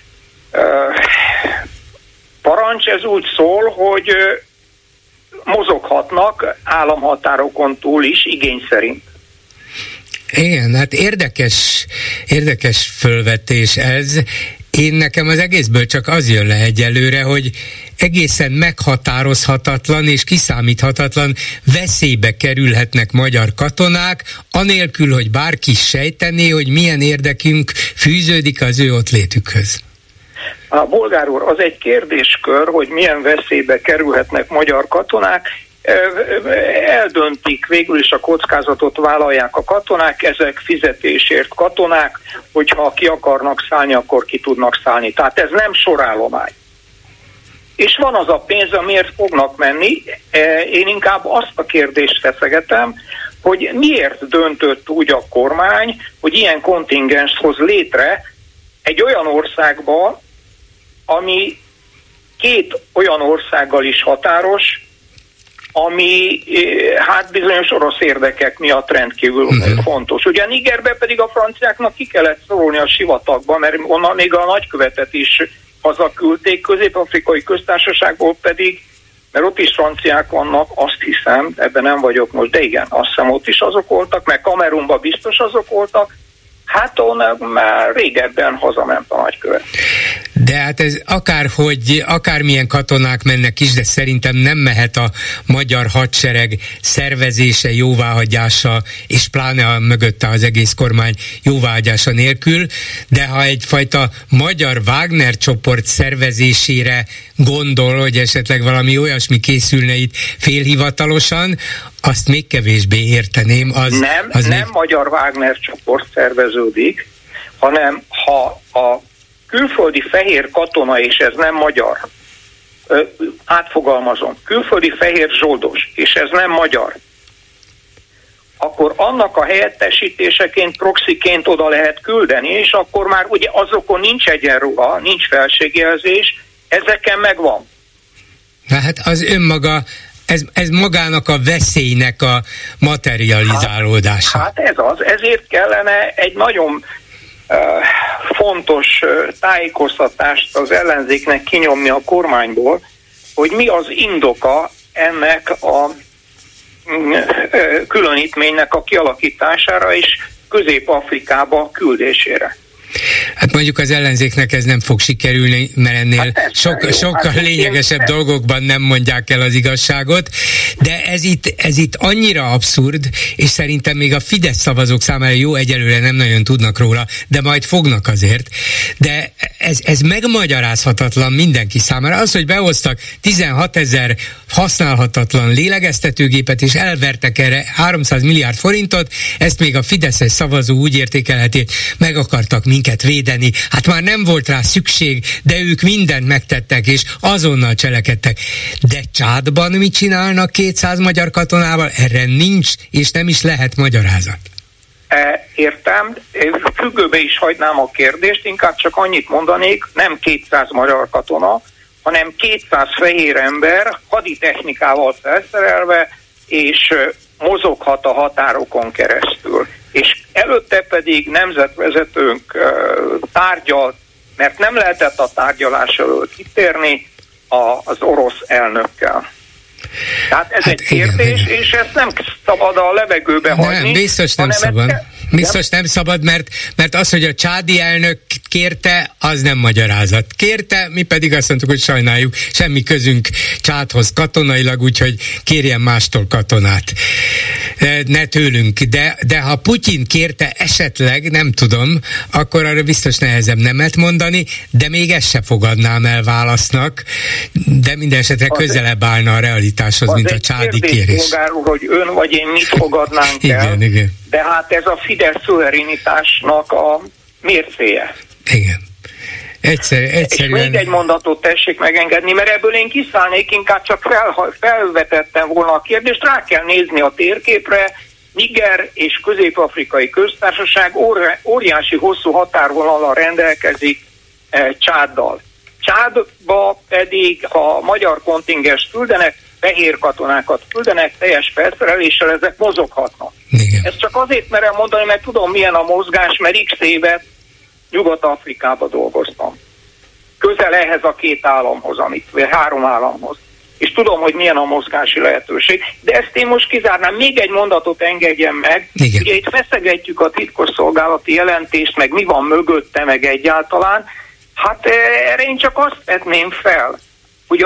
parancs, ez úgy szól, hogy mozoghatnak államhatárokon túl is, igény szerint. Igen, hát érdekes fölvetés ez. Én nekem az egészből csak az jön le egyelőre, hogy egészen meghatározhatatlan és kiszámíthatatlan veszélybe kerülhetnek magyar katonák, anélkül, hogy bárki sejtené, hogy milyen érdekünk fűződik az ő ott létükhöz. A Bolgár úr, az egy kérdéskör, hogy milyen veszélybe kerülhetnek magyar katonák. Eldöntik, végül is a kockázatot vállalják a katonák, ezek fizetésért katonák, hogyha ki akarnak szállni, akkor ki tudnak szállni. Tehát ez nem sorállomány. És van az a pénz, amiért fognak menni. Én inkább azt a kérdést feszegetem, hogy miért döntött úgy a kormány, hogy ilyen kontingenst hoz létre egy olyan országba, ami két olyan országgal is határos, ami hát bizonyos orosz érdekek miatt rendkívül fontos. Ugye Nigerbe pedig a franciáknak ki kellett szorulni a sivatagba, mert onnan még a nagykövetet is hazaküldték, Közép-Afrikai Köztársaságból pedig, mert ott is franciák vannak, azt hiszem, ebben nem vagyok most, de igen, azt hiszem ott is azok voltak, meg Kamerunban biztos azok voltak, hát onnan már régebben hazament a nagykövet. De hát ez akármilyen katonák mennek is, de szerintem nem mehet a magyar hadsereg szervezése, jóváhagyása, és pláne a mögötte az egész kormány jóváhagyása nélkül, de ha egyfajta magyar Wagner csoport szervezésére gondol, hogy esetleg valami olyasmi készülne itt félhivatalosan, azt még kevésbé érteném. Nem magyar Wagner csoport szerveződik, hanem ha a külföldi fehér katona, és ez nem magyar, átfogalmazom, külföldi fehér zsoldos, és ez nem magyar, akkor annak a helyettesítéseként, proxiként oda lehet küldeni, és akkor már ugye azokon nincs egyenruha, nincs felségjelzés, ezeken megvan. Na hát az önmaga, ez magának a veszélynek a materializálódása. Hát ez az, ezért kellene egy nagyon fontos tájékoztatást az ellenzéknek kinyomni a kormányból, hogy mi az indoka ennek a különítménynek a kialakítására és Közép-Afrikába küldésére. Hát mondjuk az ellenzéknek ez nem fog sikerülni, mert ennél sokkal lényegesebb dolgokban nem mondják el az igazságot, de ez itt annyira abszurd, és szerintem még a Fidesz szavazók számára jó, egyelőre nem nagyon tudnak róla, de majd fognak azért, de ez megmagyarázhatatlan mindenki számára. Az, hogy behoztak 16 000 használhatatlan lélegeztetőgépet, és elvertek erre 300 milliárd forintot, ezt még a fideszes szavazó úgy értékelheti, meg akartak minket védeni. Hát már nem volt rá szükség, de ők mindent megtettek, és azonnal cselekedtek. De Csádban mit csinálnak 200 magyar katonával? Erre nincs, és nem is lehet magyarázat. Értem, függőbe is hagynám a kérdést, inkább csak annyit mondanék, nem 200 magyar katona, hanem 200 fehér ember haditechnikával felszerelve, és mozoghat a határokon keresztül. És előtte pedig nemzetvezetőnk tárgyalt, mert nem lehetett a tárgyalás elől kitérni az orosz elnökkel. Tehát ez egy kérdés, igen. És ezt nem szabad a levegőbe hagyni. Nem, biztos nem szabad. Biztos nem szabad, mert az, hogy a csádi elnök kérte, az nem magyarázat. Kérte, mi pedig azt mondtuk, hogy sajnáljuk, semmi közünk Csádhoz katonailag, úgyhogy kérjen mástól katonát. Ne tőlünk. De ha Putyin kérte esetleg, nem tudom, akkor arra biztos nehezebb nemet mondani, de még ezt se fogadnám el válasznak, de minden esetre közelebb állna a realitáshoz, mint a csádi kérés. Polgár úr, hogy ön vagy én mit fogadnánk el. Igen. De hát ez a Fidesz szuverenitásnak a mércéje. Igen. Egyszerűen. És még egy mondatot tessék megengedni, mert ebből én kiszállnék, inkább csak felvetettem volna a kérdést, rá kell nézni a térképre, Niger és Közép-Afrikai Köztársaság óriási hosszú határvonallal rendelkezik Csáddal. Csádba pedig, ha magyar kontingens küldenek, fehér katonákat küldenek, teljes felszereléssel, ezek mozoghatnak. Igen. Ezt csak azért merem mondani, mert tudom milyen a mozgás, mert x évet Nyugat-Afrikába dolgoztam. Közel ehhez a két államhoz, vagy 3 államhoz. És tudom, hogy milyen a mozgási lehetőség. De ezt én most kizárnám. Még egy mondatot engedjen meg. Igen. Ugye itt feszegetjük a titkosszolgálati jelentést, meg mi van mögötte, meg egyáltalán. Hát erre én csak azt vetném fel, hogy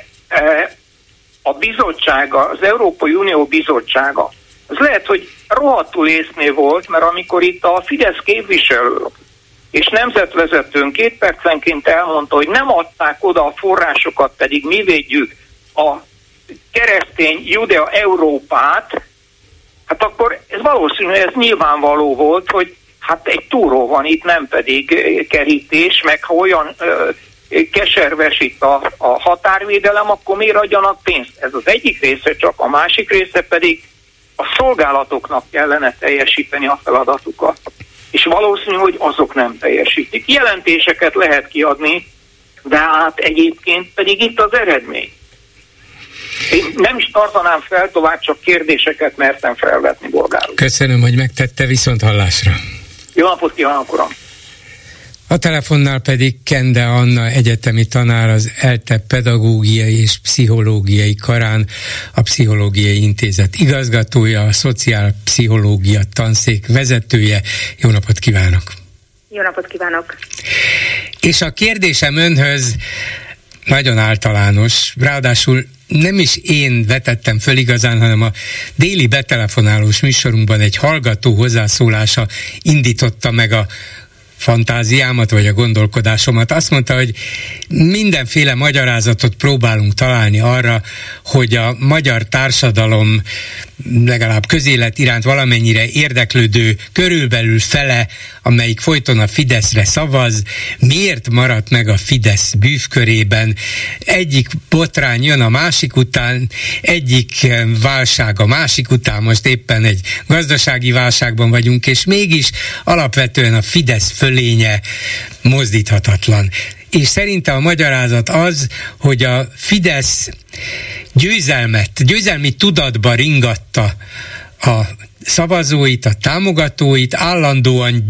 a bizottsága, az Európai Unió bizottsága, az lehet, hogy rohadtul észnél volt, mert amikor itt a Fidesz képviselő és nemzetvezetőnk 2 percenként elmondta, hogy nem adták oda a forrásokat, pedig mi védjük a keresztény Judea Európát, hát akkor ez valószínűleg ez nyilvánvaló volt, hogy hát egy túró van itt, nem pedig kerítés, meg ha olyan keserves itt a határvédelem, akkor miért adjanak pénzt? Ez az egyik része, csak a másik része pedig a szolgálatoknak kellene teljesíteni a feladatukat. És valószínű, hogy azok nem teljesítik. Jelentéseket lehet kiadni, de hát egyébként pedig itt az eredmény. Én nem is tartanám fel tovább, csak kérdéseket mertem felvetni, Bolgár úr. Köszönöm, hogy megtette, viszont hallásra. Jó napot kívánok, uram! A telefonnál pedig Kende Anna egyetemi tanár, az ELTE pedagógiai és pszichológiai karán, a Pszichológiai Intézet igazgatója, a szociálpszichológia tanszék vezetője. Jó napot kívánok! Jó napot kívánok! És a kérdésem önhöz nagyon általános, ráadásul nem is én vetettem föl igazán, hanem a déli betelefonálós műsorunkban egy hallgató hozzászólása indította meg a fantáziámat, vagy a gondolkodásomat. Azt mondta, hogy mindenféle magyarázatot próbálunk találni arra, hogy a magyar társadalom legalább közélet iránt valamennyire érdeklődő körülbelül fele, amelyik folyton a Fideszre szavaz, miért maradt meg a Fidesz bűvkörében? Egyik botrány jön a másik után, egyik válság a másik után, most éppen egy gazdasági válságban vagyunk, és mégis alapvetően a Fidesz fölénye mozdíthatatlan. És szerintem a magyarázat az, hogy a Fidesz győzelmi tudatba ringatta a szavazóit, a támogatóit, állandóan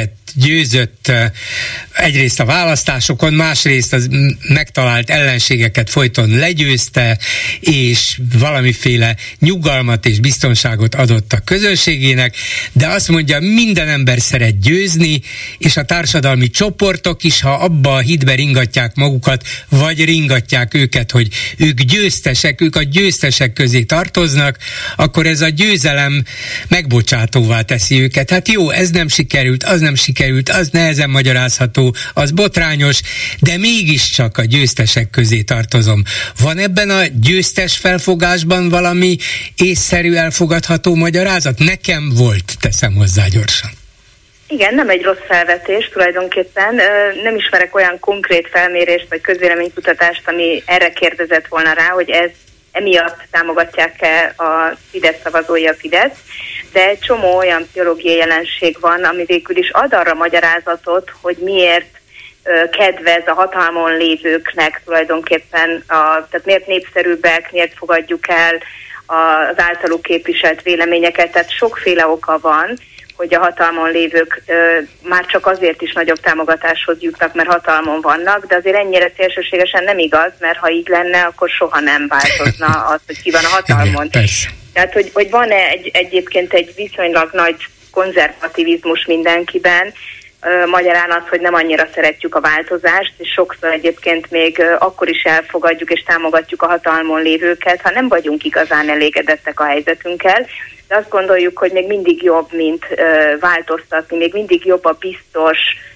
győzött egyrészt a választásokon, másrészt az megtalált ellenségeket folyton legyőzte, és valamiféle nyugalmat és biztonságot adott a közönségének, de azt mondja, minden ember szeret győzni, és a társadalmi csoportok is, ha abba a hitbe ringatják magukat, vagy ringatják őket, hogy ők győztesek, ők a győztesek közé tartoznak, akkor ez a győzelem megbocsátóvá teszi őket. Hát jó, ez nem sikerült, az nem sikerült, az nehezen magyarázható, az botrányos, de mégiscsak a győztesek közé tartozom. Van ebben a győztes felfogásban valami észszerű, elfogadható magyarázat? Nekem volt, teszem hozzá gyorsan. Igen, nem egy rossz felvetés tulajdonképpen. Nem ismerek olyan konkrét felmérést vagy közvéleménykutatást, ami erre kérdezett volna rá, hogy ez emiatt támogatják-e a Fidesz szavazói a Fidesz, de egy csomó olyan pszichológiai jelenség van, ami végül is ad arra magyarázatot, hogy miért kedvez a hatalmon lévőknek tulajdonképpen, tehát miért népszerűbbek, miért fogadjuk el az általuk képviselt véleményeket, tehát sokféle oka van, hogy a hatalmon lévők már csak azért is nagyobb támogatáshoz jutnak, mert hatalmon vannak, de azért ennyire szélsőségesen nem igaz, mert ha így lenne, akkor soha nem változna az, hogy ki van a hatalmon. Tehát, hogy van-e egyébként egy viszonylag nagy konzervativizmus mindenkiben, magyarán az, hogy nem annyira szeretjük a változást, és sokszor egyébként még akkor is elfogadjuk és támogatjuk a hatalmon lévőket, ha nem vagyunk igazán elégedettek a helyzetünkkel, de azt gondoljuk, hogy még mindig jobb, mint változtatni, még mindig jobb a biztos,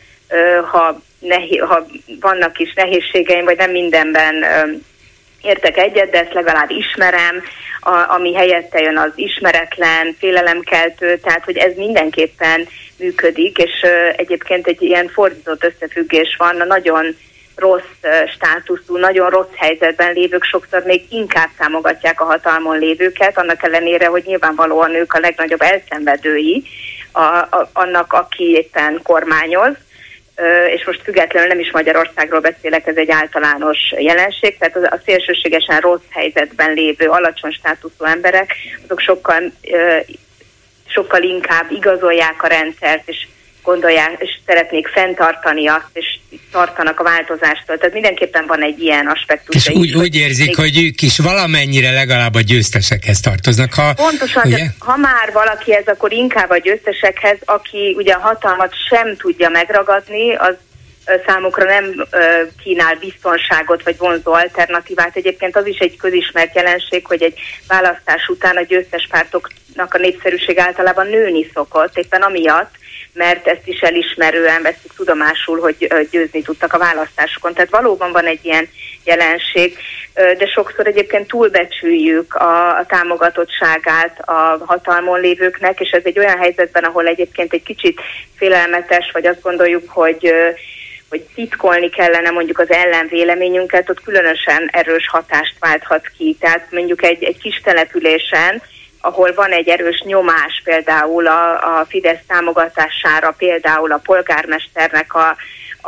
ha vannak is nehézségeim, vagy nem mindenben értek egyet, de ezt legalább ismerem, ami helyette jön az ismeretlen, félelemkeltő, tehát hogy ez mindenképpen működik, és egyébként egy ilyen fordított összefüggés van, a nagyon rossz státuszú, nagyon rossz helyzetben lévők sokszor még inkább támogatják a hatalmon lévőket, annak ellenére, hogy nyilvánvalóan ők a legnagyobb elszenvedői annak, aki éppen kormányoz, és most függetlenül nem is Magyarországról beszélek, ez egy általános jelenség, tehát a szélsőségesen rossz helyzetben lévő, alacsony státuszú emberek, azok sokkal inkább igazolják a rendszert, és gondolják, és szeretnék fenntartani azt, és tartanak a változástól. Tehát mindenképpen van egy ilyen aspektus. És úgy érzik, hogy ők is valamennyire legalább a győztesekhez tartoznak. Pontosan, ha már valaki ez, akkor inkább a győztesekhez, aki ugye a hatalmat sem tudja megragadni, az számukra nem kínál biztonságot vagy vonzó alternatívát. Egyébként az is egy közismert jelenség, hogy egy választás után a győztes pártoknak a népszerűség általában nőni szokott, éppen amiatt, mert ezt is elismerően veszik tudomásul, hogy győzni tudtak a választásokon. Tehát valóban van egy ilyen jelenség, de sokszor egyébként túlbecsüljük a támogatottságát a hatalmon lévőknek, és ez egy olyan helyzetben, ahol egyébként egy kicsit félelmetes, vagy azt gondoljuk, hogy titkolni kellene mondjuk az ellenvéleményünket, ott különösen erős hatást válthat ki. Tehát mondjuk egy kis településen, ahol van egy erős nyomás például a Fidesz támogatására, például a polgármesternek a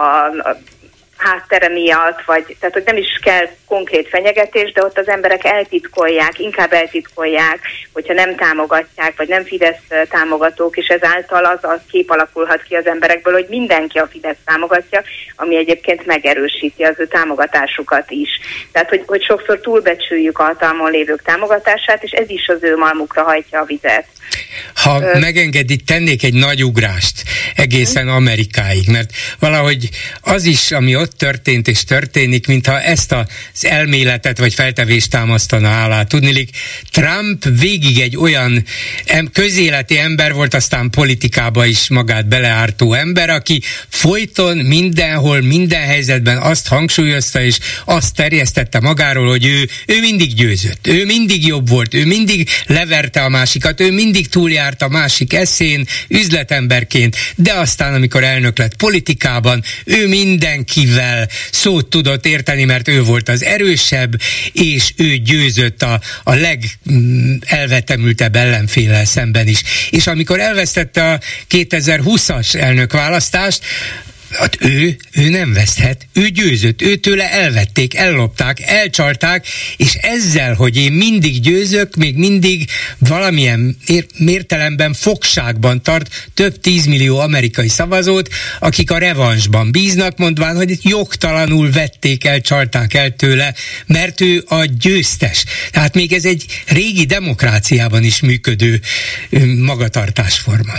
háttere miatt, tehát hogy nem is kell konkrét fenyegetés, de ott az emberek inkább eltitkolják, hogyha nem támogatják, vagy nem Fidesz támogatók, és ezáltal az a kép alakulhat ki az emberekből, hogy mindenki a Fidesz támogatja, ami egyébként megerősíti az ő támogatásukat is. Tehát, hogy sokszor túlbecsüljük a hatalmon lévők támogatását, és ez is az ő malmukra hajtja a vizet. Ha megengedi, tennék egy nagy ugrást egészen Amerikáig, mert valahogy az is, ami ott történt és történik, mintha ezt az elméletet vagy feltevést támasztana alá. Tudniillik, Trump végig egy olyan közéleti ember volt, aztán politikába is magát beleártó ember, aki folyton mindenhol, minden helyzetben azt hangsúlyozta és azt terjesztette magáról, hogy ő mindig győzött, ő mindig jobb volt, ő mindig leverte a másikat, ő mindig túljárt a másik eszén, üzletemberként, de aztán, amikor elnök lett politikában, ő mindenkivel szót tudott érteni, mert ő volt az erősebb, és ő győzött a legelvetemültebb ellenféllel szemben is. És amikor elvesztette a 2020-as elnökválasztást, hát ő nem veszthet, ő győzött, őtőle elvették, ellopták, elcsalták, és ezzel, hogy én mindig győzök, még mindig valamilyen mértelemben fogságban tart több 10 millió amerikai szavazót, akik a revansban bíznak, mondván, hogy jogtalanul vették el, csalták el tőle, mert ő a győztes. Tehát még ez egy régi demokráciában is működő magatartásforma.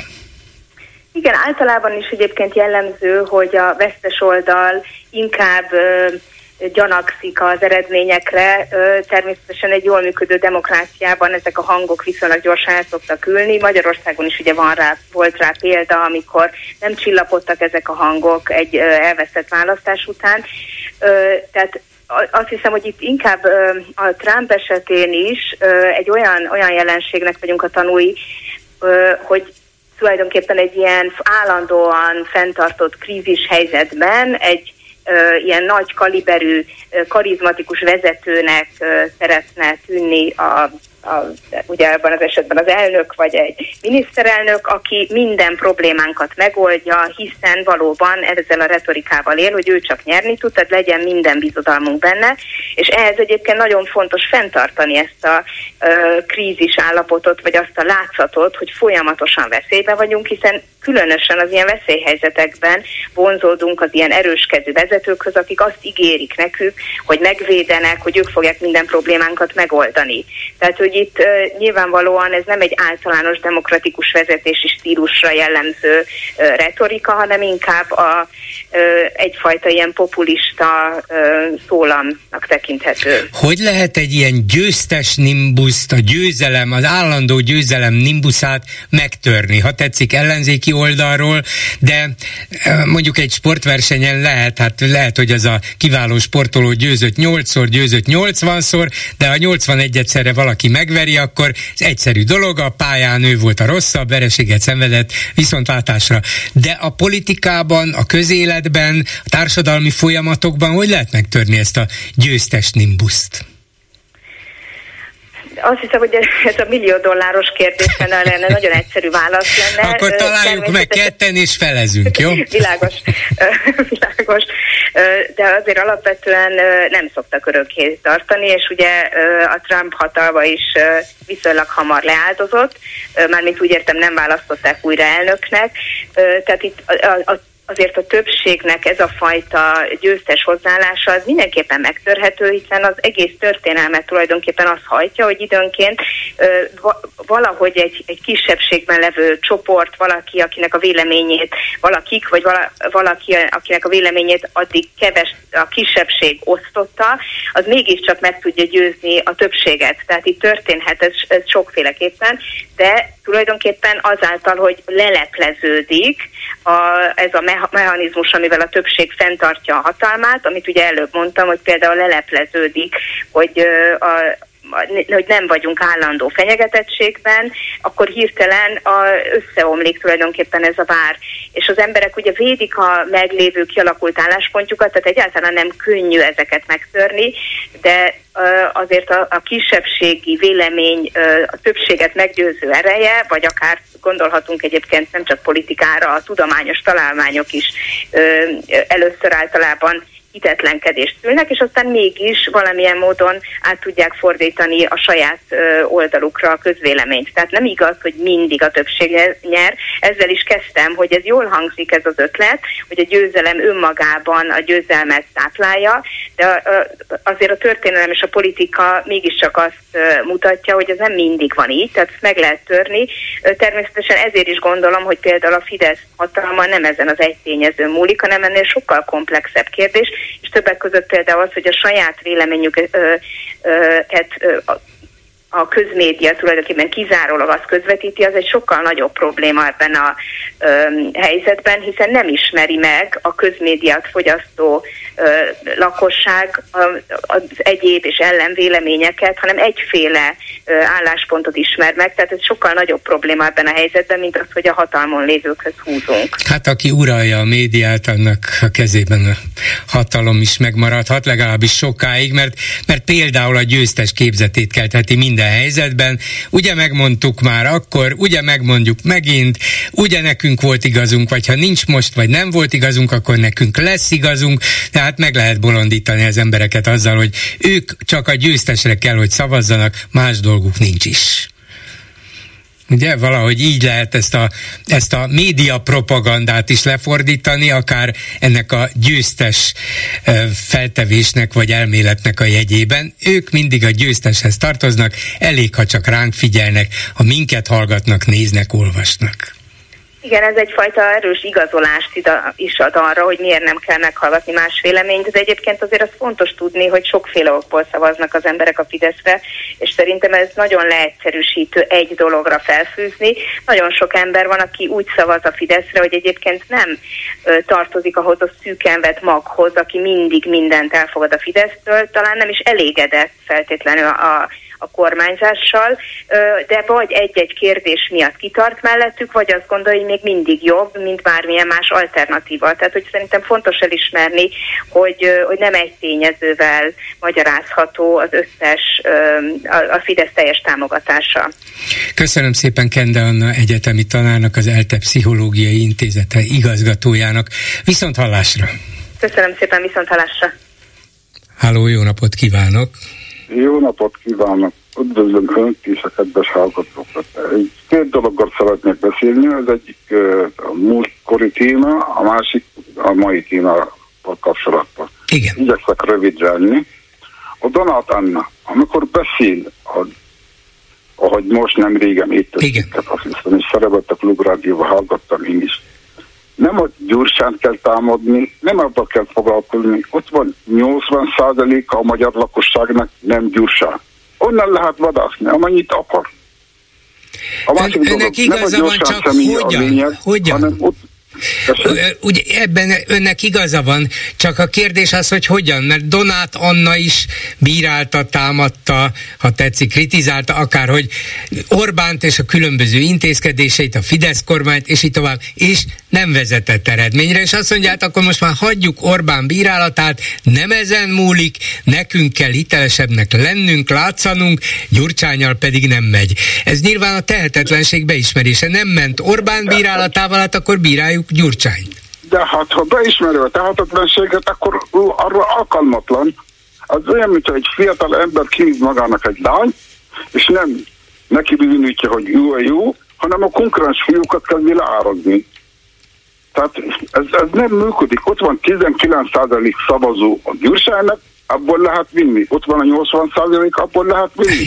Igen, általában is egyébként jellemző, hogy a vesztes oldal inkább gyanakszik az eredményekre. Természetesen egy jól működő demokráciában ezek a hangok viszonylag gyorsan el szoktak ülni. Magyarországon is ugye volt rá példa, amikor nem csillapodtak ezek a hangok egy elvesztett választás után. Tehát azt hiszem, hogy itt inkább a Trump esetén is egy olyan jelenségnek vagyunk a tanúi, hogy tulajdonképpen egy ilyen állandóan fenntartott krízis helyzetben egy ilyen nagy kaliberű, karizmatikus vezetőnek szeretne tűnni ugye ebben az esetben az elnök vagy egy miniszterelnök, aki minden problémánkat megoldja, hiszen valóban ezzel a retorikával él, hogy ő csak nyerni tud, tehát legyen minden bizodalmunk benne, és ehhez egyébként nagyon fontos fenntartani ezt a krízis állapotot, vagy azt a látszatot, hogy folyamatosan veszélyben vagyunk, hiszen különösen az ilyen veszélyhelyzetekben vonzódunk az ilyen erőskezű vezetőkhöz, akik azt ígérik nekünk, hogy megvédenek, hogy ők fogják minden problémánkat megoldani. Tehát, hogy itt nyilvánvalóan ez nem egy általános demokratikus vezetési stílusra jellemző retorika, hanem inkább egyfajta ilyen populista szólamnak tekinthető. Hogy lehet egy ilyen győztes nimbuszt, a győzelem, az állandó győzelem nimbuszát megtörni, ha tetszik, ellenzéki oldalról, de mondjuk egy sportversenyen lehet, hogy az a kiváló sportoló győzött 8-szor, győzött 80-szor, de ha 81-szerre valaki megveri, akkor ez egyszerű dolog, a pályán ő volt a rosszabb, vereséget szenvedett, viszontlátásra. De a politikában, a közéletben, a társadalmi folyamatokban hogy lehet megtörni ezt a győztes nimbuszt? Azt hiszem, hogy ez a $1 millió kérdésre lenne, nagyon egyszerű válasz lenne. Akkor találjuk meg ketten és felezünk, jó? Világos. De azért alapvetően nem szoktak örökké tartani, és ugye a Trump hatalma is viszonylag hamar leáldozott, mármint úgy értem, nem választották újra elnöknek. Tehát itt azért a többségnek ez a fajta győztes hozzáállása az mindenképpen megtörhető, hiszen az egész történelmet tulajdonképpen azt hajtja, hogy időnként valahogy egy kisebbségben levő csoport, valaki, akinek a véleményét, valaki, akinek a véleményét addig a kisebbség osztotta, az mégiscsak meg tudja győzni a többséget. Tehát itt történhet ez sokféleképpen, de tulajdonképpen azáltal, hogy lelepleződik ez a mechanizmus, amivel a többség fenntartja a hatalmát, amit ugye előbb mondtam, hogy például lelepleződik, hogy nem vagyunk állandó fenyegetettségben, akkor hirtelen összeomlik tulajdonképpen ez a vár. És az emberek ugye védik a meglévő kialakult álláspontjukat, tehát egyáltalán nem könnyű ezeket megtörni, de azért a kisebbségi vélemény a többséget meggyőző ereje, vagy akár gondolhatunk egyébként nem csak politikára, a tudományos találmányok is először általában hitetlenkedést szülnek, és aztán mégis valamilyen módon át tudják fordítani a saját oldalukra a közvéleményt. Tehát nem igaz, hogy mindig a többség nyer. Ezzel is kezdtem, hogy ez jól hangzik ez az ötlet, hogy a győzelem önmagában a győzelmet táplálja, de azért a történelem és a politika mégiscsak azt mutatja, hogy ez nem mindig van így, tehát meg lehet törni. Természetesen ezért is gondolom, hogy például a Fidesz hatalma nem ezen az egy tényezőn múlik, hanem ennél sokkal komplexebb kérdés, és többek között például az, hogy a saját véleményüket a közmédia tulajdonképpen kizárólag azt közvetíti, az egy sokkal nagyobb probléma ebben a helyzetben, hiszen nem ismeri meg a közmédiát fogyasztó lakosság az egyéb és ellenvéleményeket, hanem egyféle álláspontot ismer meg, tehát ez sokkal nagyobb probléma ebben a helyzetben, mint az, hogy a hatalmon lévőkhöz húzunk. Hát aki uralja a médiát, annak a kezében a hatalom is megmaradhat, legalábbis sokáig, mert például a győztes képzetét keltheti minden helyzetben. Ugye megmondtuk már akkor, ugye megmondjuk megint, ugye nekünk volt igazunk, vagy ha nincs most, vagy nem volt igazunk, akkor nekünk lesz igazunk, tehát meg lehet bolondítani az embereket azzal, hogy ők csak a győztesre kell, hogy szavazzanak, más dolguk nincs is. Ugye valahogy így lehet ezt a média propagandát is lefordítani, akár ennek a győztes feltevésnek vagy elméletnek a jegyében. Ők mindig a győzteshez tartoznak, elég, ha csak ránk figyelnek, ha minket hallgatnak, néznek, olvasnak. Igen, ez egyfajta erős igazolást is ad arra, hogy miért nem kell meghallgatni más véleményt, de egyébként azért az fontos tudni, hogy sokféle okból szavaznak az emberek a Fideszre, és szerintem ez nagyon leegyszerűsítő egy dologra felfűzni. Nagyon sok ember van, aki úgy szavaz a Fideszre, hogy egyébként nem tartozik ahhoz a szűken vett maghoz, aki mindig mindent elfogad a Fidesztől, talán nem is elégedett feltétlenül a kormányzással, de vagy egy-egy kérdés miatt kitart mellettük, vagy azt gondolja, hogy még mindig jobb, mint bármilyen más alternatíva. Tehát, hogy szerintem fontos elismerni, hogy nem egy tényezővel magyarázható az összes, a Fidesz teljes támogatása. Köszönöm szépen Kende Anna egyetemi tanárnak, az ELTE Pszichológiai Intézete igazgatójának. Viszont hallásra! Köszönöm szépen, viszont hallásra! Háló, jó napot kívánok! Jó napot kívánok! Üdvözlöm Önt és a kedves hallgatókat. Két dologgal szeretnék beszélni, az egyik a múltkori téma, a másik a mai témával kapcsolatban. Igen. Igyekszek rövid lenni. A Donát Anna, amikor beszél, ahogy most nem régen itt azt hiszem, és szerepett a Klubrádióban, hallgattam én is. Nem a Gyurcsánt kell támadni, nem abban kell foglalkozni. Ott van 80% a magyar lakosságnak nem Gyurcsán. Onnan lehet vadászni, amennyit akar. A másik dolog, nem a Gyurcsán személy a lényeg, hanem ott ugye ebben önnek igaza van, csak a kérdés az, hogy hogyan, mert Donát Anna is bírálta, támadta, ha tetszik, kritizálta, akárhogy Orbánt és a különböző intézkedéseit, a Fidesz kormányt, és így tovább, és nem vezetett eredményre, és azt mondja, hát akkor most már hagyjuk Orbán bírálatát, nem ezen múlik, nekünk kell hitelesebbnek lennünk, látszanunk, Gyurcsánnyal pedig nem megy. Ez nyilván a tehetetlenség beismerése, nem ment Orbán bírálatával, hát akkor bíráljuk Gyurcsányt. De hát, ha beismerő a tehetetlenséget, akkor arra alkalmatlan. Az olyan, mint egy fiatal ember kinéz magának egy lány, és nem neki bizonyítja, hogy jó, hanem a konkurens fiúkat kell leárazni. Tehát ez nem működik. Ott van 19% szavazó a Gyurcsánynak, abból lehet vinni. Ott van a 80%, abból lehet vinni.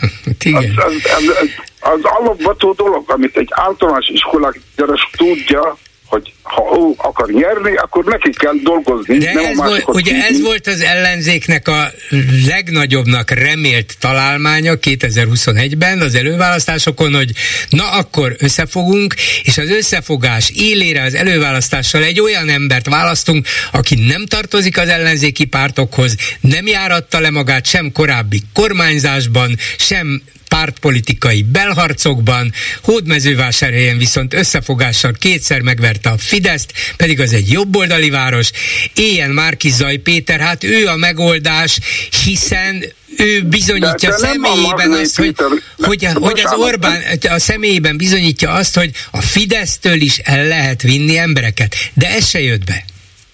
Az alapvető dolog, amit egy általános iskolák gyerek tudja, hogy ha ő akar nyerni, akkor neki kell dolgozni. De ez volt az ellenzéknek a legnagyobbnak remélt találmánya 2021-ben az előválasztásokon, hogy na akkor összefogunk, és az összefogás élére az előválasztással egy olyan embert választunk, aki nem tartozik az ellenzéki pártokhoz, nem járatta le magát sem korábbi kormányzásban, sem pártpolitikai belharcokban, Hódmezővásárhelyen viszont összefogással kétszer megverte a Fideszt, pedig az egy jobboldali város. Ilyen Márki-Zay Péter, hát ő a megoldás, hiszen ő bizonyítja személyében azt, hogy az Orbán a személyében bizonyítja azt, hogy a Fidesztől is el lehet vinni embereket. De ez se jött be.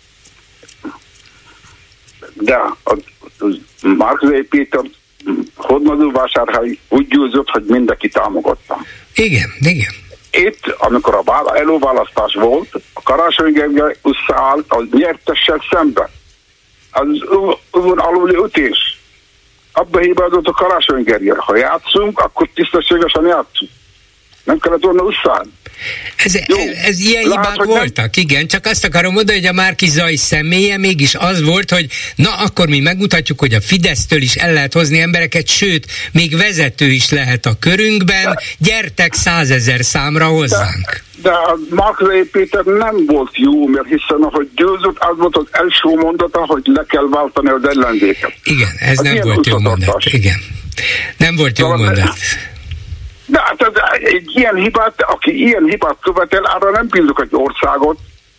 De a Márki-Zay Péter Hódmezővásárhely úgy győzött, hogy mindenki támogatta. Igen. Itt, amikor a előválasztás volt, a Karácsony Gergely összeállt a nyertessel szemben. Az van aluli ütés. Abba hibázott a Karácsony Gergely. Ha játszunk, akkor tisztességesen játszunk. Nem kellett volna összeállni. Ez ilyen hibák voltak, igen, csak azt akarom mondani, hogy a Márki-Zay személye mégis az volt, hogy na akkor mi megmutatjuk, hogy a Fidesztől is el lehet hozni embereket, sőt, még vezető is lehet a körünkben, gyertek 100 000 számra hozzánk. De a Márki-Zay Péter nem volt jó, mert hiszen ahogy győzött, az volt az első mondata, hogy le kell váltani az ellenzéket. Igen, ez nem volt jó mondat. Igen. Nem volt jó mondat. De hát egy ilyen hibát, aki ilyen hibát követel, arra nem bízok egy országot.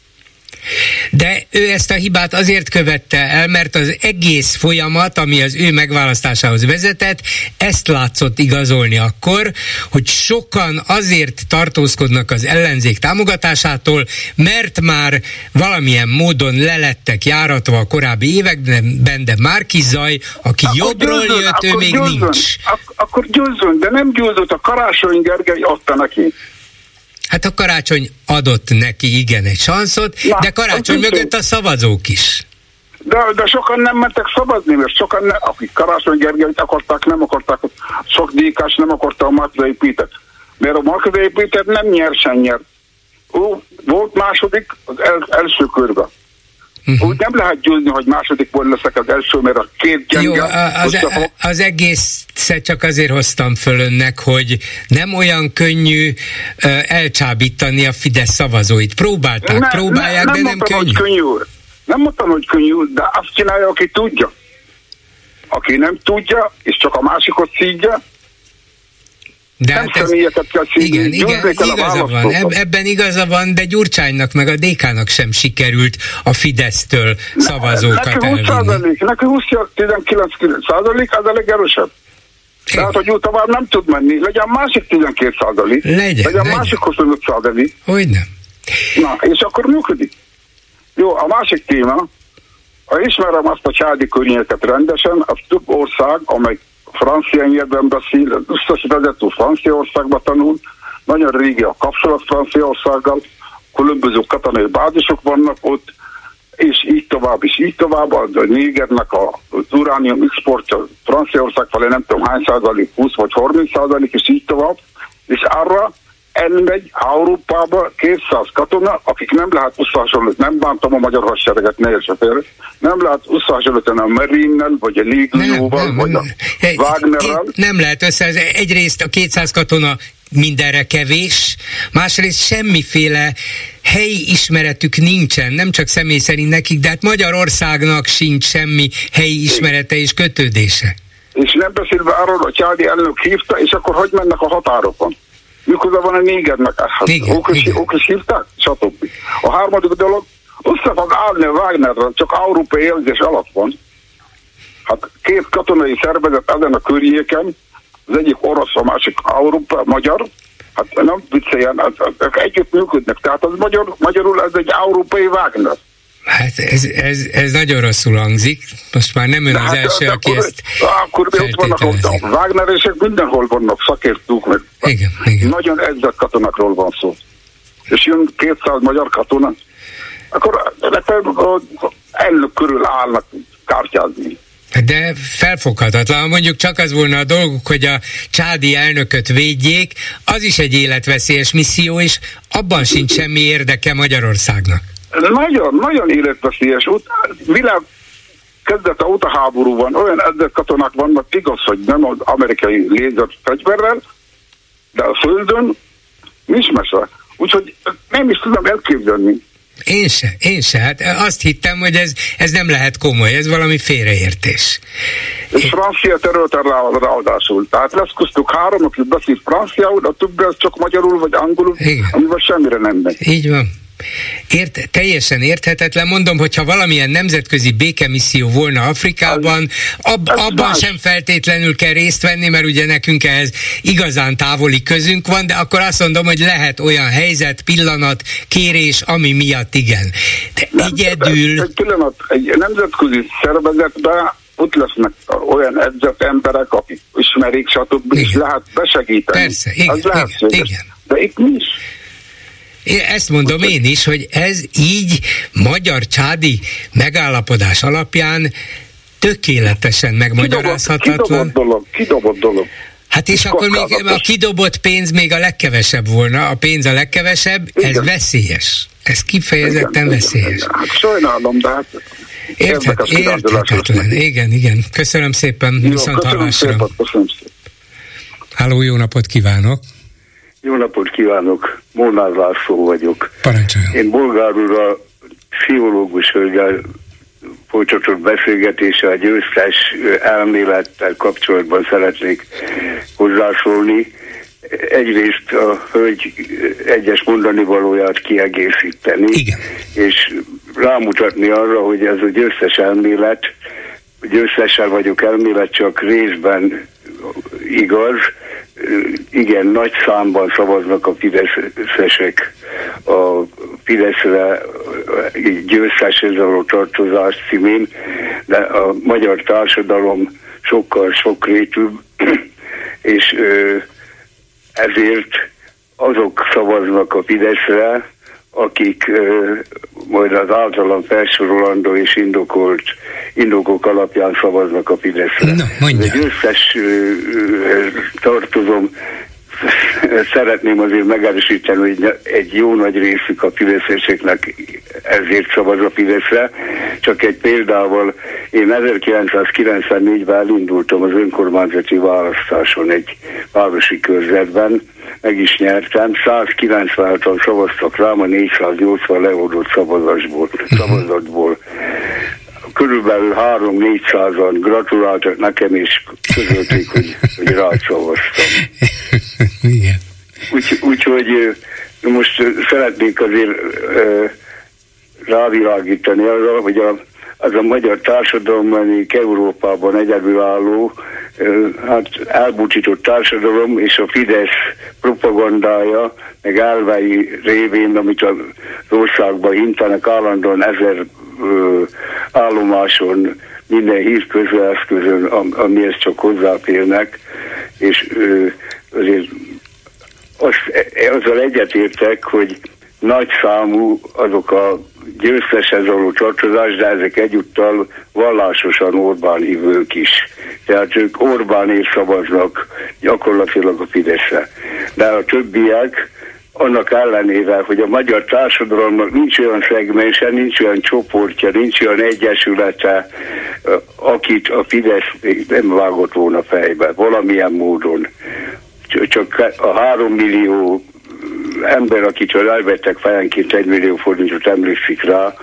De ő ezt a hibát azért követte el, mert az egész folyamat, ami az ő megválasztásához vezetett, ezt látszott igazolni akkor, hogy sokan azért tartózkodnak az ellenzék támogatásától, mert már valamilyen módon lelettek járatva a korábbi években, de Márki-Zay, aki akkor jobbról győzön, jött, ő még győzön, nincs. Akkor győzön, de nem győzött, a Karácsony Gergely adta neki. Hát a Karácsony adott neki, igen, egy sanszot, de Karácsony mögött a szavazók is. De sokan nem mentek szavazni, mert sokan akik Karácsony Gergelyt akarták, nem akarták, sok DK-s nem akarta a Márki-Zay Pétert. Mert a Márki-Zay Péter nem nyersen nyert. Ő volt második az első körben. Úgy nem lehet győzni, hogy másodikból leszek az első, mert a két gyenge... Jó, az egészet csak azért hoztam föl önnek, hogy nem olyan könnyű elcsábítani a Fidesz szavazóit. Próbálják, de nem könnyű. Nem mondtam, hogy könnyű, de azt csinálja, aki tudja. Aki nem tudja, és csak a másikot szídja, de nem személyeket kell szívni. Igen, igaza van. Ebben igaza van, de Gyurcsánynak meg a DK-nak sem sikerült a Fidesztől szavazókat elvinni. Neki 19% az a legerősebb. Tehát, hogy ő tovább nem tud menni. Legyen másik 12%. Legyen másik 25%. Hogy nem. Na, és akkor működik. Jó, a másik téma, ha ismerem azt a csádi környéket rendesen, az több ország, amely francia nyelven beszél, az összes vezető Franciaországban tanul, nagyon régi a kapcsolat Franciaországgal, különböző katonai bázisok vannak ott, és így tovább, a Nigernek az uránium exportja Franciaország felé nem tudom hány százalék, 20 vagy 30%, és így tovább, és arra elmegy Európába 200 katona, akik nem lehet összehasonlítani, nem bántam a magyar hadsereget, ne értse félre, nem lehet összehasonlítani a Marinnel, vagy a Légióval, vagy a Wagnerrel. Nem lehet egyrészt a 200 katona mindenre kevés, másrészt semmiféle helyi ismeretük nincsen, nem csak személy szerint nekik, de hát Magyarországnak sincs semmi helyi ismerete és kötődése. És nem beszélve arról, a csádi elnök hívta, és akkor hogy mennek a határokon? Mikor van a Nigernek, ők is hívták, stb. A harmadik dolog, össze fog állni Wagnerrel, csak európai érzés alatt van. Hát két katonai szervezet ezen a környéken, az egyik orosz, a másik magyar, hát nem vicceljen, együtt működnek, tehát az magyarul ez egy európai Wagner. Hát ez nagyon rosszul hangzik. Most már nem ön az első, aki ezt akkor ott vannak a Wagneresek, mindenhol vannak szakértők, meg igen. Nagyon edzett katonakról van szó. és jön 200 magyar katona, akkor elnök körül állnak kártyázni. De felfoghatatlan, mondjuk csak az volna a dolguk, hogy a csádi elnököt védjék, az is egy életveszélyes misszió, és abban sincs semmi érdeke Magyarországnak. Nagyon, nagyon életveszélyes. Világ kezdete óta háború van, olyan ezer katonák vannak, igaz, hogy nem az amerikai lézerfegyverrel, de a földön nincs mese. Úgyhogy nem is tudom elképzelni. Én se. Hát azt hittem, hogy ez nem lehet komoly, ez valami félreértés. És francia területen ráadásul. Tehát lesz köztük 3, aki beszél franciául, a többi az csak magyarul vagy angolul, amivel semmire nem megy. Így van. Teljesen érthetetlen, mondom, hogyha valamilyen nemzetközi békemisszió volna Afrikában, abban sem feltétlenül kell részt venni, mert ugye nekünk ehhez igazán távoli közünk van, de akkor azt mondom, hogy lehet olyan helyzet, pillanat, kérés, ami miatt igen. De egyedül... Egy pillanat, egy nemzetközi szervezetben ott lesznek olyan edzett emberek, akik ismerik, stb. És lehet besegíteni. Persze, igen. De itt nincs. Ezt mondom én is, hogy ez így magyar-csádi megállapodás alapján tökéletesen megmagyarázhatatlan. Kidobott dolog. Hát és akkor még a kidobott pénz még a legkevesebb volna, a pénz a legkevesebb, igen. Ez veszélyes. Ez kifejezetten veszélyes. Hát sajnálom, de hát... Érthetetlen. Igen. Köszönöm szépen, viszonthallásra. Köszönöm szépen. Halló, jó napot kívánok! Jó napot kívánok, Molnár László vagyok. Parancsoljon. Én bolgár úrral, pszichológus hölgyel folytatott beszélgetése a győztes elmélettel kapcsolatban szeretnék hozzászólni. Egyrészt a hölgy egyes mondani valóját kiegészíteni, igen. És rámutatni arra, hogy ez a győztes elmélet, győztessel vagyok elmélet, csak részben igaz. Igen, nagy számban szavaznak a fideszesek a Fideszre győzteshez való tartozás címén, de a magyar társadalom sokkal sokrétűbb, és ezért azok szavaznak a Fideszre, akik majd az általam felsorolandó és indokok alapján szavaznak a Fideszre. De győztes tartozom, szeretném azért megerősíteni, hogy egy jó nagy részük a fideszeseknek ezért szavaz a Fideszre. Csak egy példával, én 1994-ben elindultam az önkormányzati választáson egy városi körzetben, meg is nyertem, 196-an szavaztak rám a 480 leoldott szavazatból. Körülbelül 300-400-an gratuláltak nekem, és közölték, hogy rád szavaztam. Igen. Úgyhogy most szeretnék azért rávilágítani arra, hogy az a magyar társadalom, amelyik Európában egyedülálló, hát elbúcsított társadalom, és a Fidesz propagandája, meg elvei révén, amit az országban hintenek állandóan 1000 állomáson, minden hírközőeszközön, amihez csak hozzáférnek, és azért azzal egyetértek, hogy nagy számú azok a győzteshez való tartozás, de ezek egyúttal vallásosan Orbán hívők is. Tehát ők Orbánért szavaznak gyakorlatilag a Fideszre. De a többiek annak ellenére, hogy a magyar társadalomnak nincs olyan szegmense, nincs olyan csoportja, nincs olyan egyesülete, akit a Fidesz nem vágott volna fejbe, valamilyen módon. Csak a 3 millió ember, akitől elvettek fejenként 1 millió forintot, emlékszik rá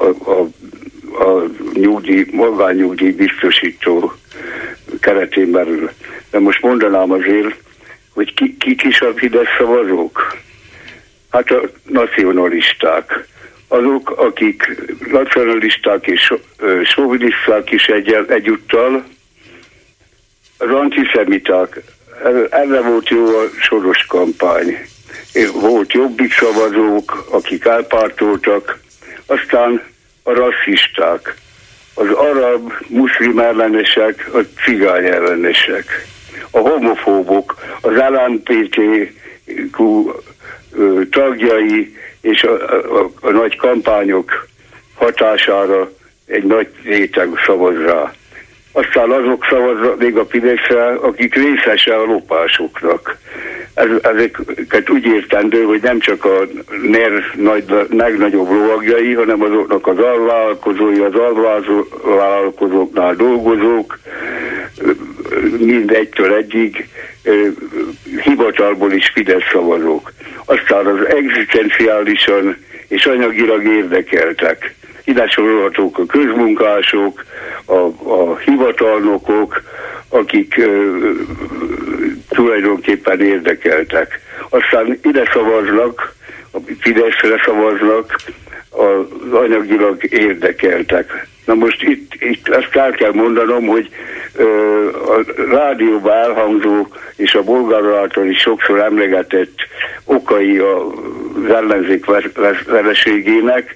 a magánnyugdíj biztosító keretén belül. De most mondanám azért, hogy kik is a Fidesz szavazók? Hát a nacionalisták. Azok, akik nacionalisták és soviniszták is egyúttal, az antiszemiták. Erre volt jó a Soros kampány. Volt jobbik szavazók, akik elpártoltak, aztán a rasszisták, az arab, muszlim ellenesek, a cigány ellenesek, a homofóbok, az LMBTQ tagjai és a nagy kampányok hatására egy nagy réteg szavaz rá. Aztán azok szavaznak még a Fideszre, akik részese a lopásoknak. Ezeket úgy értendő, hogy nem csak a legnagyobb lovagjai, hanem azoknak az alvállalkozói, az alvállalkozóknál dolgozók, mindegytől egyig hivatalból is Fidesz szavazók. Aztán az egzisztenciálisan és anyagilag érdekeltek. Ide sorolhatók a közmunkások, a hivatalnokok, akik tulajdonképpen érdekeltek. Aztán ide szavaznak, a Fideszre szavaznak az anyagilag érdekeltek. Na most itt ezt el kell mondanom, hogy a rádióban elhangzó és a Bolgár által is sokszor emlegetett okai az ellenzék vereségének,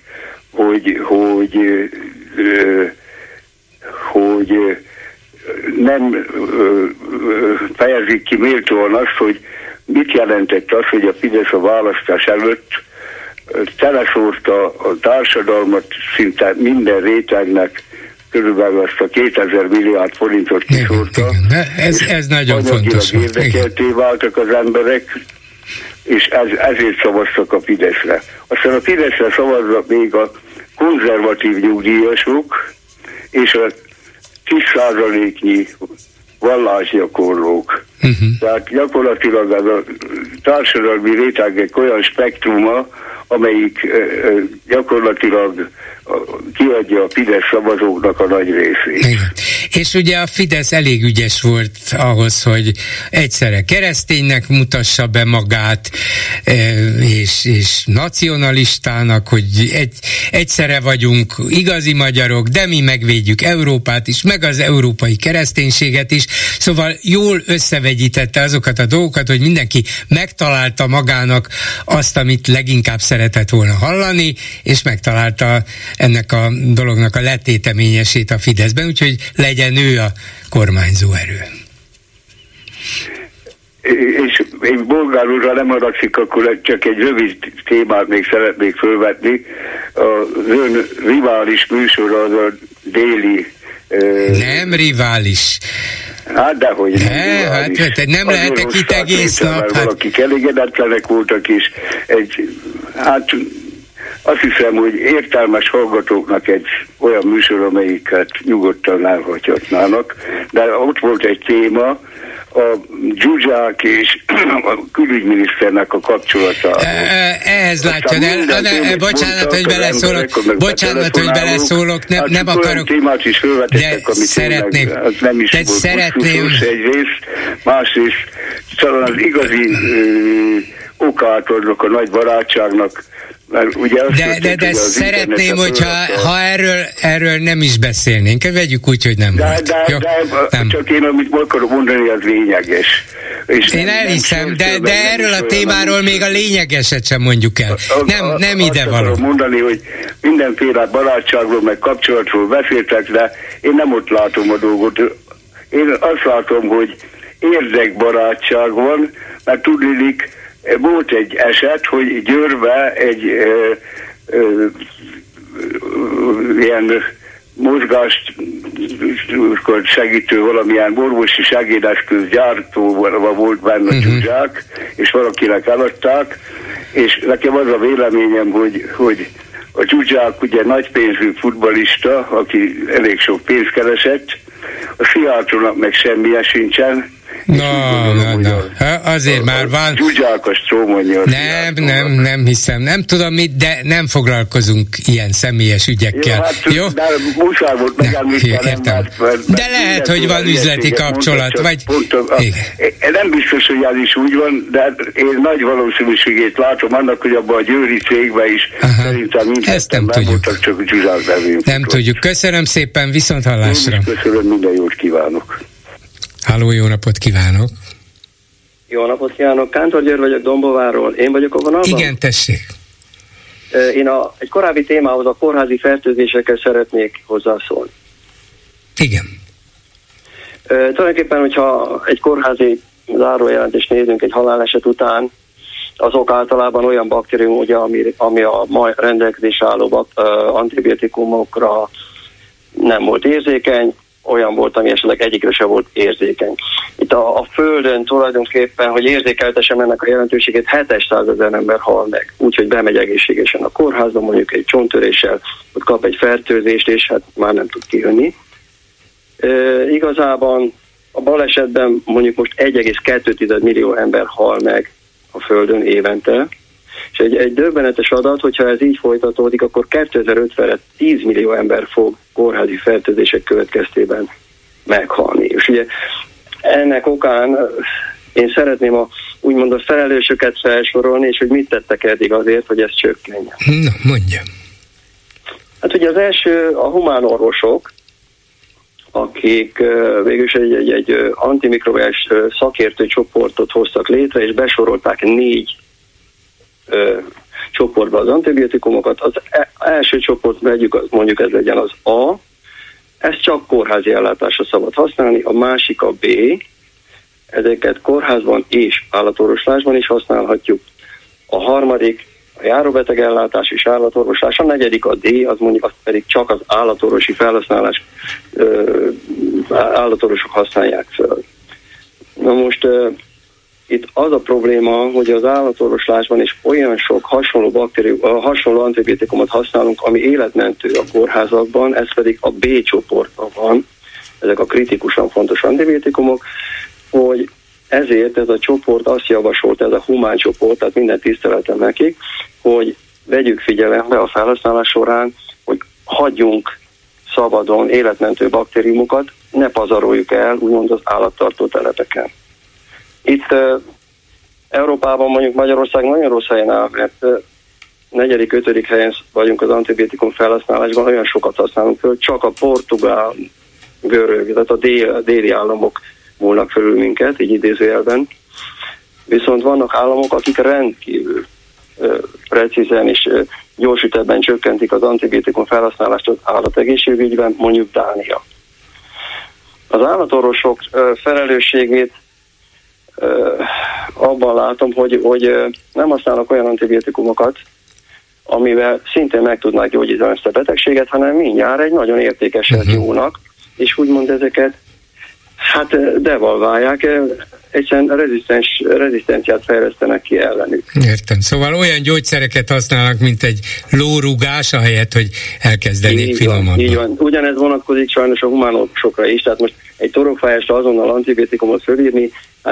hogy nem fejezik ki méltóan azt, hogy mit jelentett az, hogy a Fidesz a választás előtt teleszórta a társadalmat szinte minden rétegnek, körülbelül azt a 2000 milliárd forintot kiszórta. Ez nagyon fontos. Érdekelté váltak az emberek, és ezért szavaztak a Fideszre. Aztán a Fideszre szavaznak még a konzervatív nyugdíjasok és a 10%-nyi vallásgyakorlók. Tehát gyakorlatilag az a társadalmi rétegek olyan spektruma, amelyik gyakorlatilag kiadja a Fidesz szavazóknak a nagy részét. Igen. És ugye a Fidesz elég ügyes volt ahhoz, hogy egyszerre kereszténynek mutassa be magát, és nacionalistának, hogy egyszerre vagyunk igazi magyarok, de mi megvédjük Európát is, meg az európai kereszténységet is. Szóval jól összevegyítette azokat a dolgokat, hogy mindenki megtalálta magának azt, amit leginkább szeretett volna hallani, és megtalálta ennek a dolognak a letéteményesét a Fideszben, úgyhogy legyen ő a kormányzó erő. És én Bolgár úrra nem haragszik, akkor csak egy rövid témát még szeretnék fölvetni. Az ön rivális műsora az a déli... Nem rivális. Hát dehogy nem. Hát nem lehetek itt egész nap. Valakik elégedetlenek voltak, és azt hiszem, hogy értelmes hallgatóknak egy olyan műsor, amelyiket nyugodtan elhagyhatnának, de ott volt egy téma, a dzsuzsák és a külügyminiszternek a kapcsolata. Ehhez látja, bocsánat, hogy beleszólok, nem akarok. Témát is felvetettek, amit szeretném. Nem is volt egyrészt, másrészt talán az igazi okát adnak a nagy barátságnak. De szeretném, hogyha erről nem is beszélnénk. Vegyük úgy, hogy nem volt. Nem. Csak én, amit akarok mondani, az lényeges. És én elhiszem, de erről a témáról még a lényegeset sem mondjuk el. Nem ide való. Azt mondani, hogy mindenféle barátságról, meg kapcsolatról beszéltek, de én nem ott látom a dolgot. Én azt látom, hogy érdekbarátság van, mert tudnék, volt egy eset, hogy Győrbe egy ilyen mozgást segítő valamilyen orvosi segédeszköz gyártóval volt benne dzsuzsák, és valakinek eladták, és nekem az a véleményem, hogy a dzsuzsák ugye nagypénzű futballista, aki elég sok pénzt keresett, a Szijjártónak meg semmilyen sincsen. Azért már van. Dzsuzsák a strómonja. Nem hiszem. Nem tudom mit, de nem foglalkozunk ilyen személyes ügyekkel. Jó? De muszáj volt megemlítenem. De lehet, hogy van üzleti kapcsolat. Nem biztos, hogy ez is úgy van, de én nagy valószínűségét látom annak, hogy abban a győri cégben is szerintem mindketten nem voltak, csak dzsuzsák nevén. Nem tudjuk. Köszönöm szépen, viszont hallásra. Köszönöm, minden jót kívánok. Halló, jó napot kívánok! Jó napot kívánok! Kántor György vagyok Dombóváról. Én vagyok a vonalban? Igen, tessék! Én egy korábbi témához, a kórházi fertőzésekkel szeretnék hozzászólni. Igen. Tulajdonképpen, hogyha egy kórházi zárójelentést nézünk egy haláleset után, azok általában olyan baktérium, ugye, ami a rendelkezésre álló antibiotikumokra nem volt érzékeny, olyan volt, ami esetleg egyikre sem volt érzékeny. Itt a Földön tulajdonképpen, hogy érzékeltessem ennek a jelentőségét, 700 000 ember hal meg, úgyhogy bemegy egészségesen a kórházba, mondjuk egy csonttöréssel, ott kap egy fertőzést, és hát már nem tud kijönni. Igazában a balesetben mondjuk most 1,2 millió ember hal meg a Földön évente, és egy döbbenetes adat, hogyha ez így folytatódik, akkor 2050-re 10 millió ember fog kórházi fertőzések következtében meghalni. És ugye ennek okán én szeretném úgymond a felelősöket felsorolni, és hogy mit tettek eddig azért, hogy ez csökkenjen. Na, mondja. Hát ugye az első a humán orvosok, akik végül is egy antimikrobiális szakértő csoportot hoztak létre, és besorolták 4 csoportba az antibiotikumokat. Az első csoport, mondjuk ez legyen az A, ezt csak kórházi ellátásra szabad használni, a másik a B, ezeket kórházban és állatorvoslásban is használhatjuk, a harmadik a járóbeteg ellátás és állatorvoslás, a negyedik a D, az mondjuk azt pedig csak az állatorvosi felhasználás, állatorvosok használják föl. Na most itt az a probléma, hogy az állatorvoslásban is olyan sok hasonló antibiotikumot használunk, ami életmentő a kórházakban, ez pedig a B csoportban van, ezek a kritikusan fontos antibiotikumok, hogy ezért ez a csoport azt javasolt, ez a humán csoport, tehát minden tiszteletem nekik, hogy vegyük figyelembe a felhasználás során, hogy hagyjunk szabadon életmentő baktériumokat, ne pazaroljuk el, úgymond az állattartó telepeken. Itt Európában mondjuk Magyarország nagyon rossz helyen áll, mert 4.-5. helyen vagyunk az antibiotikum felhasználásban, olyan sokat használunk föl, csak a portugál, görög, tehát a déli államok múlnak fölül minket, így idézőjelben. Viszont vannak államok, akik rendkívül precízen és gyors ütemben csökkentik az antibiotikum felhasználást az állategészségügyben, mondjuk Dánia. Az állatorvosok felelősségét abban látom, hogy nem használnak olyan antibiotikumokat, amivel szintén meg tudnák gyógyítani ezt a betegséget, hanem mindjárt egy nagyon értékeset jónak, és úgymond ezeket devalválják, egyszerűen rezisztenciát fejlesztenek ki ellenük. Értem. Szóval olyan gyógyszereket használnak, mint egy lórugás, ahelyett, hogy elkezdenék finomabban. Így van. Ugyanez vonatkozik sajnos a humánokra is, tehát most egy torokfájásra azonnal antibiotikumot fölírni,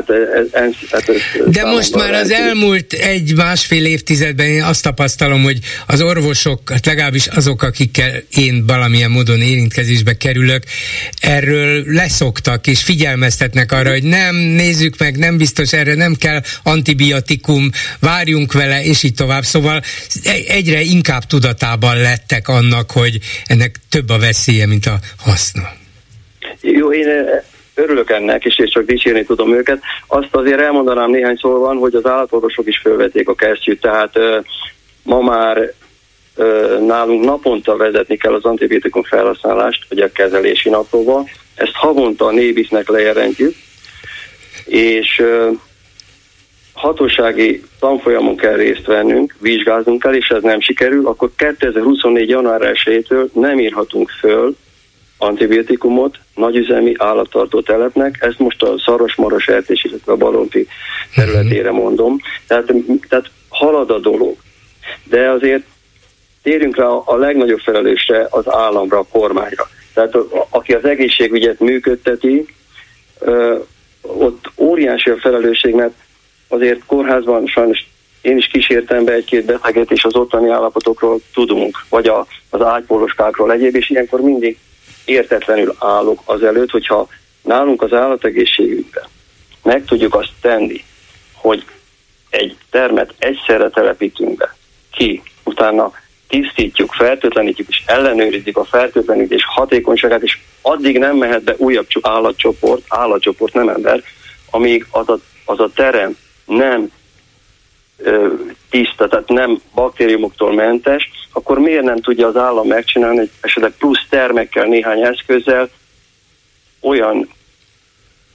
de most már az elmúlt 1-1,5 évtizedben én azt tapasztalom, hogy az orvosok, legalábbis azok, akikkel én valamilyen módon érintkezésbe kerülök, erről leszoktak és figyelmeztetnek arra, hogy nem, nézzük meg, nem biztos erre, nem kell antibiotikum, várjunk vele, és így tovább. Szóval egyre inkább tudatában lettek annak, hogy ennek több a veszélye, mint a haszna. Jó, én örülök ennek, és csak dicsérni tudom őket. Azt azért elmondanám néhány szóval, hogy az állatorvosok is fölvették a kesztyűt, tehát ma már nálunk naponta vezetni kell az antibiotikum felhasználást, vagy a kezelési naplóba. Ezt havonta a NÉBIS-nek lejelentjük, és hatósági tanfolyamon kell részt vennünk, vizsgáznunk kell, és ez nem sikerül, akkor 2024. január 1-től nem írhatunk föl antibiotikumot nagyüzemi állattartó telepnek, ezt most a Szarvasmarha sertés, illetve a Baromfi területére mondom. Tehát halad a dolog. De azért térjünk rá a legnagyobb felelősre, az államra, a kormányra. Tehát aki az egészségügyet működteti, ott óriási a felelősség, mert azért kórházban sajnos én is kísértem be 1-2 beteget, és az ottani állapotokról tudunk, vagy az ágypóloskákról egyéb, és ilyenkor mindig értetlenül állok azelőtt, hogyha nálunk az állategészségügyben meg tudjuk azt tenni, hogy egy termet egyszerre telepítünk be, ki, utána tisztítjuk, fertőtlenítjük, és ellenőrizzük a fertőtlenítés hatékonyságát, és addig nem mehet be újabb állatcsoport, nem ember, amíg az a terem nem tiszta, tehát nem baktériumoktól mentes, akkor miért nem tudja az állam megcsinálni, hogy esetleg plusz termekkel, néhány eszközzel olyan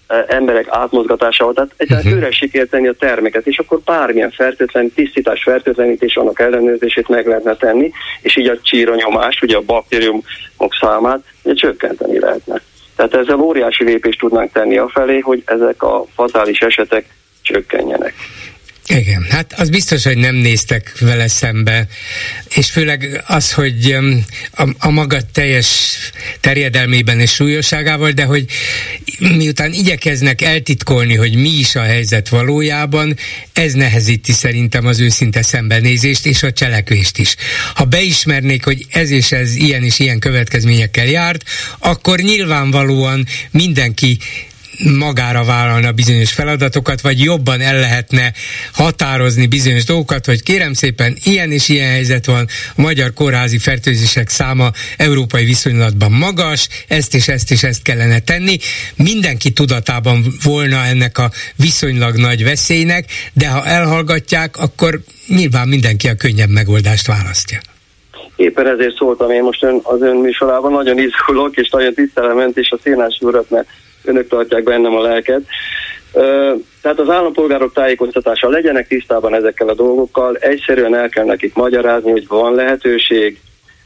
emberek átmozgatásával, tehát egyáltalán ürességért tenni a termeket, és akkor bármilyen tisztítás, fertőtlenítés, annak ellenőrzését meg lehetne tenni, és így a csíranyomást, ugye a baktériumok számát csökkenteni lehetne. Tehát ezzel óriási lépést tudnánk tenni afelé, hogy ezek a fatális esetek csökkenjenek. Igen, hát az biztos, hogy nem néztek vele szembe, és főleg az, hogy a maga teljes terjedelmében és súlyosságával, de hogy miután igyekeznek eltitkolni, hogy mi is a helyzet valójában, ez nehezíti szerintem az őszinte szembenézést és a cselekvést is. Ha beismernék, hogy ez és ez ilyen és ilyen következményekkel járt, akkor nyilvánvalóan mindenki magára vállalna bizonyos feladatokat, vagy jobban el lehetne határozni bizonyos dolgokat, hogy kérem szépen, ilyen és ilyen helyzet van, a magyar kórházi fertőzések száma európai viszonylatban magas, ezt és ezt és ezt kellene tenni. Mindenki tudatában volna ennek a viszonylag nagy veszélynek, de ha elhallgatják, akkor nyilván mindenki a könnyebb megoldást választja. Éppen ezért szóltam én most az ön műsorában, nagyon izgulok, és nagyon tisztelem és a Szénási urat, mert önök tartják bennem a lelket. Tehát az állampolgárok tájékoztatása, legyenek tisztában ezekkel a dolgokkal, egyszerűen el kell nekik magyarázni, hogy van lehetőség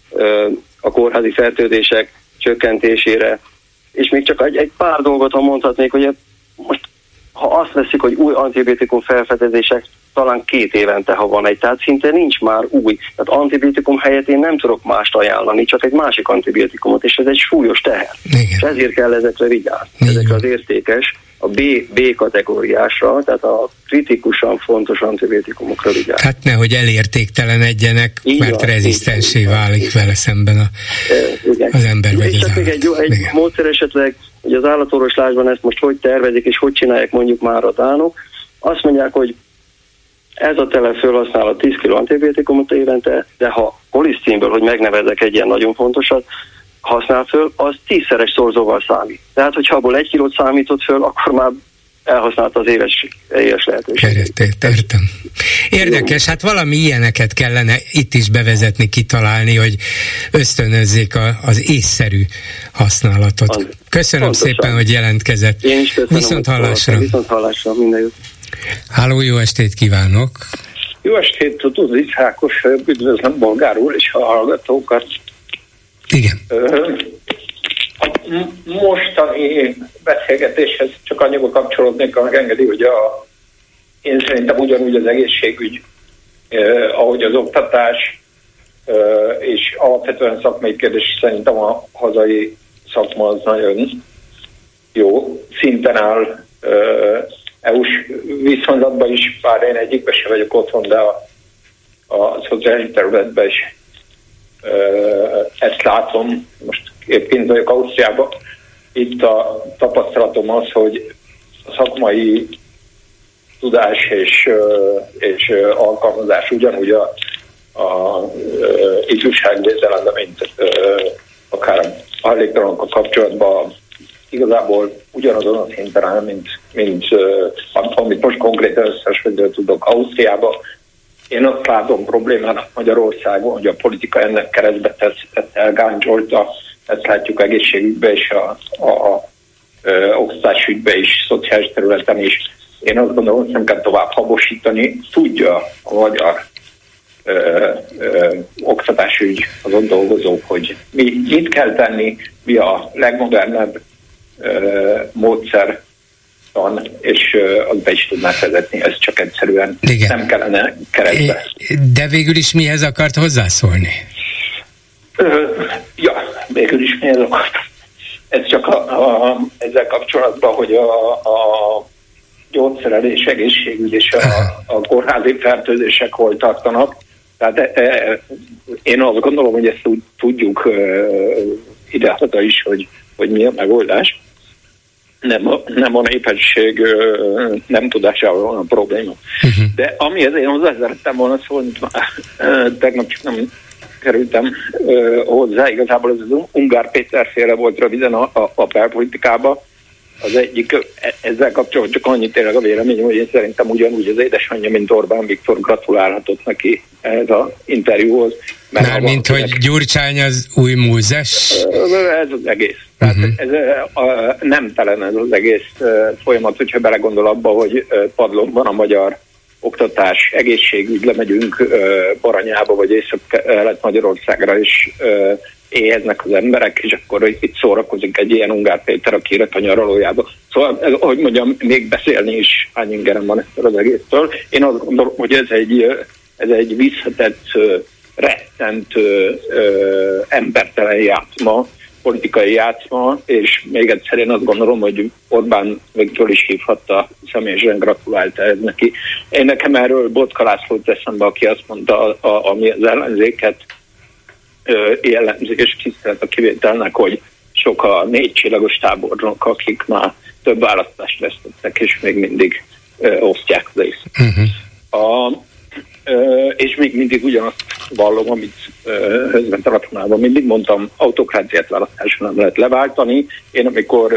a kórházi fertőzések csökkentésére, és még csak egy pár dolgot, ha mondhatnék, hogy most ha azt veszik, hogy új antibiotikum felfedezések, talán 2 évente, ha van egy, tehát szinte nincs már új. Tehát antibiotikum helyett én nem tudok mást ajánlani, csak egy másik antibiotikumot, és ez egy súlyos teher. Igen. És ezért kell ezekre vigyázni. Ezekre az értékes, a B kategóriásra, tehát a kritikusan fontos antibiotikumokra vigyázni. Hát nehogy elértéktelenedjenek, mert rezisztensé válik vele szemben az ember vagy az állat. Még egy módszer esetleg, hogy az állatorvoslásban ezt most hogy tervezik, és hogy csinálják mondjuk már a dánok. Azt mondják, hogy ez a tele felhasznál a 10 kg antibiotikumot évente, de ha kolisztinből, hogy megnevezek egy ilyen nagyon fontosat, használ föl, az 10-szeres szorzóval számít. Tehát, hogyha abból 1 kilót számított föl, akkor már elhasználta az éves lehetőséget. Értem. Érdekes, hát valami ilyeneket kellene itt is bevezetni, kitalálni, hogy ösztönözzék az észszerű használatot. Köszönöm pontosan szépen, hogy jelentkezett. Én is köszönöm. Viszont hallásra, minden jót. Háló, jó estét kívánok! Jó estét, Tudós Ákos, üdvözlöm Bolgár úr és a hallgatókat. Igen. A mostani beszélgetéshez csak annyiba kapcsolódnék, ha megengedi, hogy én szerintem ugyanúgy az egészségügy, ahogy az oktatás, és alapvetően szakmai kérdés, szerintem a hazai szakma az nagyon jó szinten áll, EU-s viszonylatban is, bár én egyikben sem vagyok otthon, de a szociális területben is ezt látom. Most épp vagyok Ausztriában. Itt a tapasztalatom az, hogy a szakmai tudás és alkalmazás ugyanúgy a ifjúságvédelemben, mint akár a hajléktalanokkal kapcsolatban igazából ugyanazon a szinten áll, mint amit most konkrétan összehasonlítani tudok Ausztriában. Én azt látom problémának Magyarországon, hogy a politika ennek keresztbe tett elgáncsolta, ezt látjuk egészségügyben és a oktatásügyben is, szociális területen is. Én azt gondolom, hogy nem kell tovább habosítani. Tudja a magyar oktatásügy, azon dolgozók, hogy mit kell tenni, mi a legmodernebb módszer, és azt be is tudnák vezetni, ez csak egyszerűen nem kellene keresztbe. De végül is mihez akart hozzászólni? Végül is mihez akart. Ez csak ezzel kapcsolatban, hogy a gyógyszerelés, egészségügy és a kórházi fertőzések hol tartanak. Tehát én azt gondolom, hogy ezt tudjuk idehaza is, hogy mi a megoldás. Nem a népesség nem tudásával van a probléma. De amihez én hozzá szerettem volna szólni, tegnap csak nem kerültem hozzá, igazából ez az Ungár Péter féle volt röviden a belpolitikában. Az egyik, ezzel kapcsolatban csak annyit tényleg a véleményem, hogy én szerintem ugyanúgy az édesanyja, mint Orbán Viktor gratulálhatott neki ez az interjúhoz. Mármint, hogy Gyurcsány az új Mózes? Ez az egész. Tehát nem telen ez az egész folyamat, hogyha belegondol abba, hogy padlón van a magyar oktatás, egészségügy, lemegyünk Baranyába, vagy Észak-Kelet-Magyarországra is éheznek az emberek, és akkor itt szórakozik egy ilyen Ungár Péter, aki élet a nyaralójába. Szóval, ahogy mondjam, még beszélni is hány ingerem van ettől az egésztől. Én azt gondolom, hogy ez egy visszatett, rettent embertelen játszma, politikai játszma, és még egyszer én azt gondolom, hogy Orbán Viktor is hívhatta, személyesen gratulálta ez neki. Én nekem erről Botka Lászlót eszembe, aki azt mondta, ami az ellenzéket jellemzi, és tisztelt a kivételnek, hogy sok a 4 csillagos tábornok, akik már több választást vesztettek, és még mindig osztják az észre. És még mindig ugyanazt vallom, amit Hözben telefonálva mindig mondtam, autokráciát választáson nem lehet leváltani. Én amikor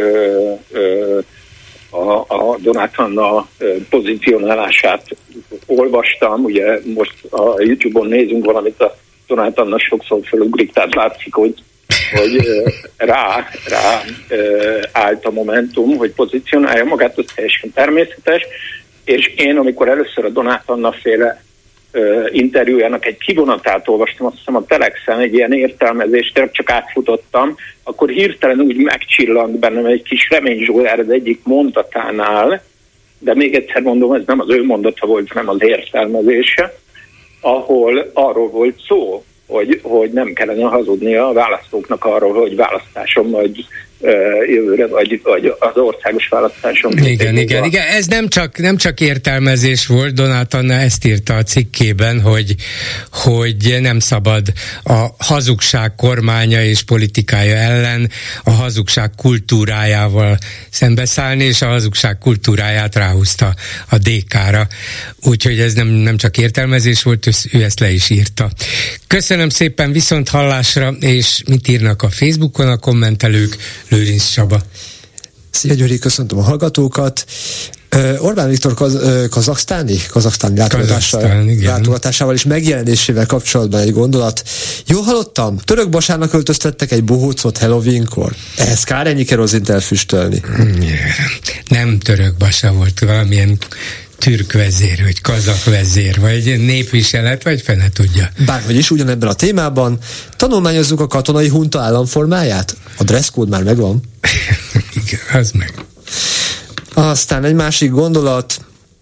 a Donát Anna pozícionálását olvastam, ugye most a YouTube-on nézünk valamit, a Donát Anna sokszor felugrik, tehát látszik, hogy rá állt a Momentum, hogy pozícionálja magát, az teljesen természetes, és én, amikor először a Donát Anna féle interjújának egy kivonatát olvastam, azt hiszem a Telexen egy ilyen értelmezést, csak átfutottam, akkor hirtelen úgy megcsillant bennem egy kis reményzsúlár az egyik mondatánál, de még egyszer mondom, ez nem az ő mondata volt, hanem az értelmezése, ahol arról volt szó, hogy nem kellene hazudni a választóknak arról, hogy választáson majd jövőre, vagy az országos választáson. Igen. Ez nem csak értelmezés volt, Donát Anna ezt írta a cikkében, hogy nem szabad a hazugság kormánya és politikája ellen a hazugság kultúrájával szembeszállni, és a hazugság kultúráját ráhúzta a DK-ra. Úgyhogy ez nem csak értelmezés volt, ő ezt le is írta. Köszönöm szépen, viszont hallásra, és mit írnak a Facebookon a kommentelők? Lőrinc Csaba. Szia Gyuri, köszöntöm a hallgatókat. Orbán Viktor kazaksztáni látogatásával és megjelenésével kapcsolatban egy gondolat. Jól hallottam? Török Basának öltöztettek egy bohócot Halloweenkor. Ehhez kár ennyi kerozint elfüstölni? Nem Török Basa volt, valamilyen türk vezér, vagy kazak vezér, vagy népviselet, vagy fene tudja. Bárhogy is, ugyanebben a témában tanulmányozzuk a katonai hunta államformáját? A dresszkód már megvan? Igen, az meg. Aztán egy másik gondolat.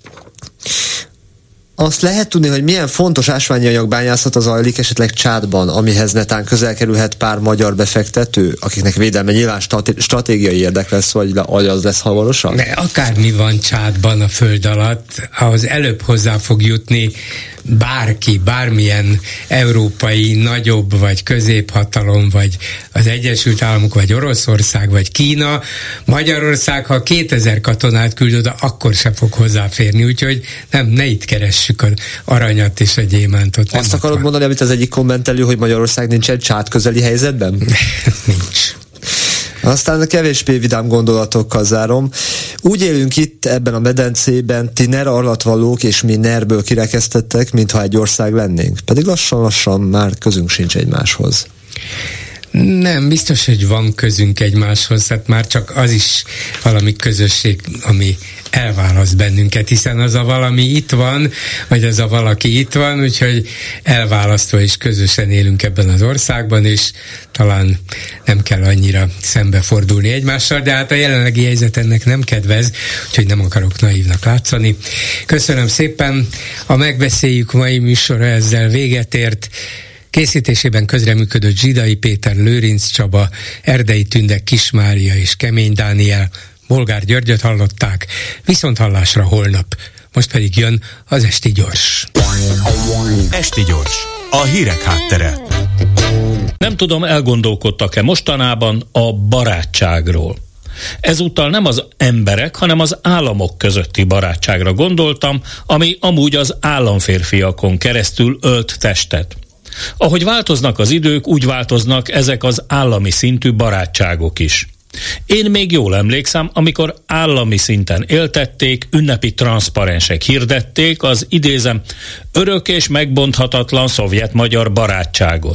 Azt lehet tudni, hogy milyen fontos ásványi anyagbányászat zajlik esetleg Csádban, amihez netán közel kerülhet pár magyar befektető, akiknek védelme nyilván stratégiai érdek lesz, vagy az lesz hamarosan? Akármi van Csádban a föld alatt, ahhoz előbb hozzá fog jutni bárki, bármilyen európai nagyobb vagy középhatalom, vagy az Egyesült Államok, vagy Oroszország, vagy Kína. Magyarország, ha 2000 katonát küld oda, akkor se fog hozzáférni, úgyhogy ne itt keressük az aranyat és a gyémántot. Azt akarod mondani, amit az egyik kommentelő, hogy Magyarország nincsen Csád közeli helyzetben? Nincs. Aztán a kevésbé vidám gondolatokkal zárom. Úgy élünk itt ebben a medencében, ti NER alattvalók és mi NER-ből kirekesztettek, mintha egy ország lennénk. Pedig lassan-lassan már közünk sincs egymáshoz. Nem, biztos, hogy van közünk egymáshoz, hát már csak az is valami közösség, ami elválaszt bennünket, hiszen az a valami itt van, vagy az a valaki itt van, úgyhogy elválasztva is közösen élünk ebben az országban, és talán nem kell annyira szembefordulni egymással, de hát a jelenlegi helyzet ennek nem kedvez, úgyhogy nem akarok naívnak látszani. Köszönöm szépen, a Megbeszéljük mai műsora ezzel véget ért. Készítésében közreműködött Zsidai Péter, Lőrinc Csaba, Erdei Tünde, Kis Mária és Kemény Dániel. Bolgár Györgyöt hallották, viszont hallásra holnap. Most pedig jön az Esti Gyors. Esti Gyors, a hírek háttere. Nem tudom, elgondolkodtak-e mostanában a barátságról. Ezúttal nem az emberek, hanem az államok közötti barátságra gondoltam, ami amúgy az államférfiakon keresztül ölt testet. Ahogy változnak az idők, úgy változnak ezek az állami szintű barátságok is. Én még jól emlékszem, amikor állami szinten éltették, ünnepi transzparensek hirdették az, idézem, örök és megbonthatatlan szovjet-magyar barátságot.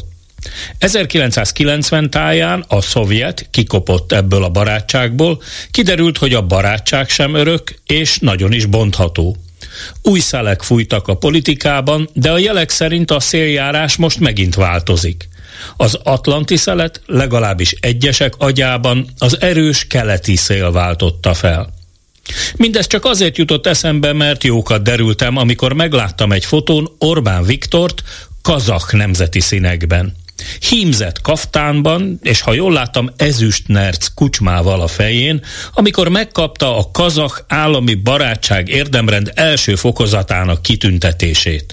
1990 táján a szovjet kikopott ebből a barátságból, kiderült, hogy a barátság sem örök és nagyon is bontható. Új szelek fújtak a politikában, de a jelek szerint a széljárás most megint változik. Az atlanti szelet legalábbis egyesek agyában az erős keleti szél váltotta fel. Mindez csak azért jutott eszembe, mert jókat derültem, amikor megláttam egy fotón Orbán Viktort kazakh nemzeti színekben. Hímzett kaftánban, és ha jól láttam, ezüstnerc kucsmával a fején, amikor megkapta a kazakh állami barátság érdemrend első fokozatának kitüntetését.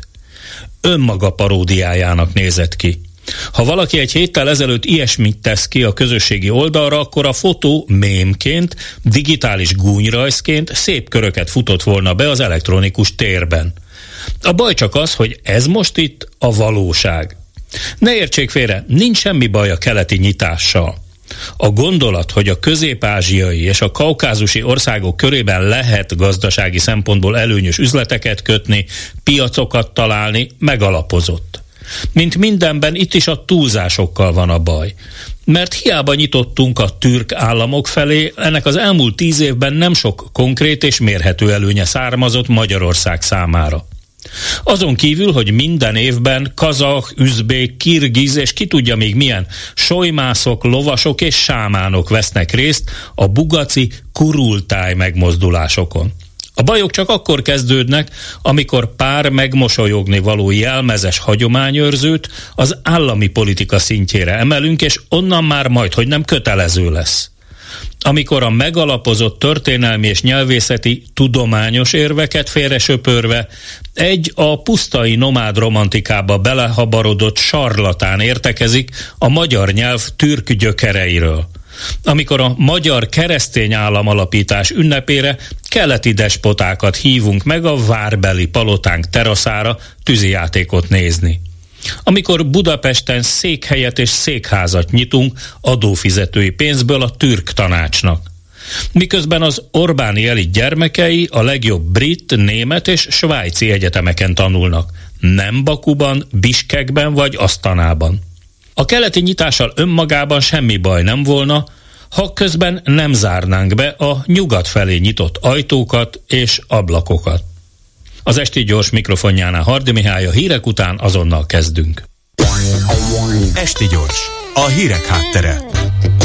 Önmaga paródiájának nézett ki. Ha valaki egy héttel ezelőtt ilyesmit tesz ki a közösségi oldalra, akkor a fotó mémként, digitális gúnyrajzként szép köröket futott volna be az elektronikus térben. A baj csak az, hogy ez most itt a valóság. Ne értsék félre, nincs semmi baj a keleti nyitással. A gondolat, hogy a közép-ázsiai és a kaukázusi országok körében lehet gazdasági szempontból előnyös üzleteket kötni, piacokat találni, megalapozott. Mint mindenben, itt is a túlzásokkal van a baj. Mert hiába nyitottunk a türk államok felé, ennek az elmúlt 10 évben nem sok konkrét és mérhető előnye származott Magyarország számára. Azon kívül, hogy minden évben kazakh, üzbék, kirgiz és ki tudja még milyen solymászok, lovasok és sámánok vesznek részt a bugaci kurultáj megmozdulásokon. A bajok csak akkor kezdődnek, amikor pár megmosolyogni való jelmezes hagyományőrzőt az állami politika szintjére emelünk, és onnan már majdhogy nem kötelező lesz. Amikor a megalapozott történelmi és nyelvészeti tudományos érveket félresöpörve egy a pusztai nomád romantikába belehabarodott sarlatán értekezik a magyar nyelv türk gyökereiről. Amikor a magyar keresztény államalapítás ünnepére keleti despotákat hívunk meg a várbeli palotánk teraszára tűzijátékot nézni. Amikor Budapesten székhelyet és székházat nyitunk adófizetői pénzből a türk tanácsnak. Miközben az Orbáni elit gyermekei a legjobb brit, német és svájci egyetemeken tanulnak. Nem Bakuban, Biskekben vagy Asztanában. A keleti nyitással önmagában semmi baj nem volna, ha közben nem zárnánk be a nyugat felé nyitott ajtókat és ablakokat. Az Esti Gyors mikrofonjánál Hardy Mihály, a hírek után azonnal kezdünk. Esti Gyors, a hírek háttere.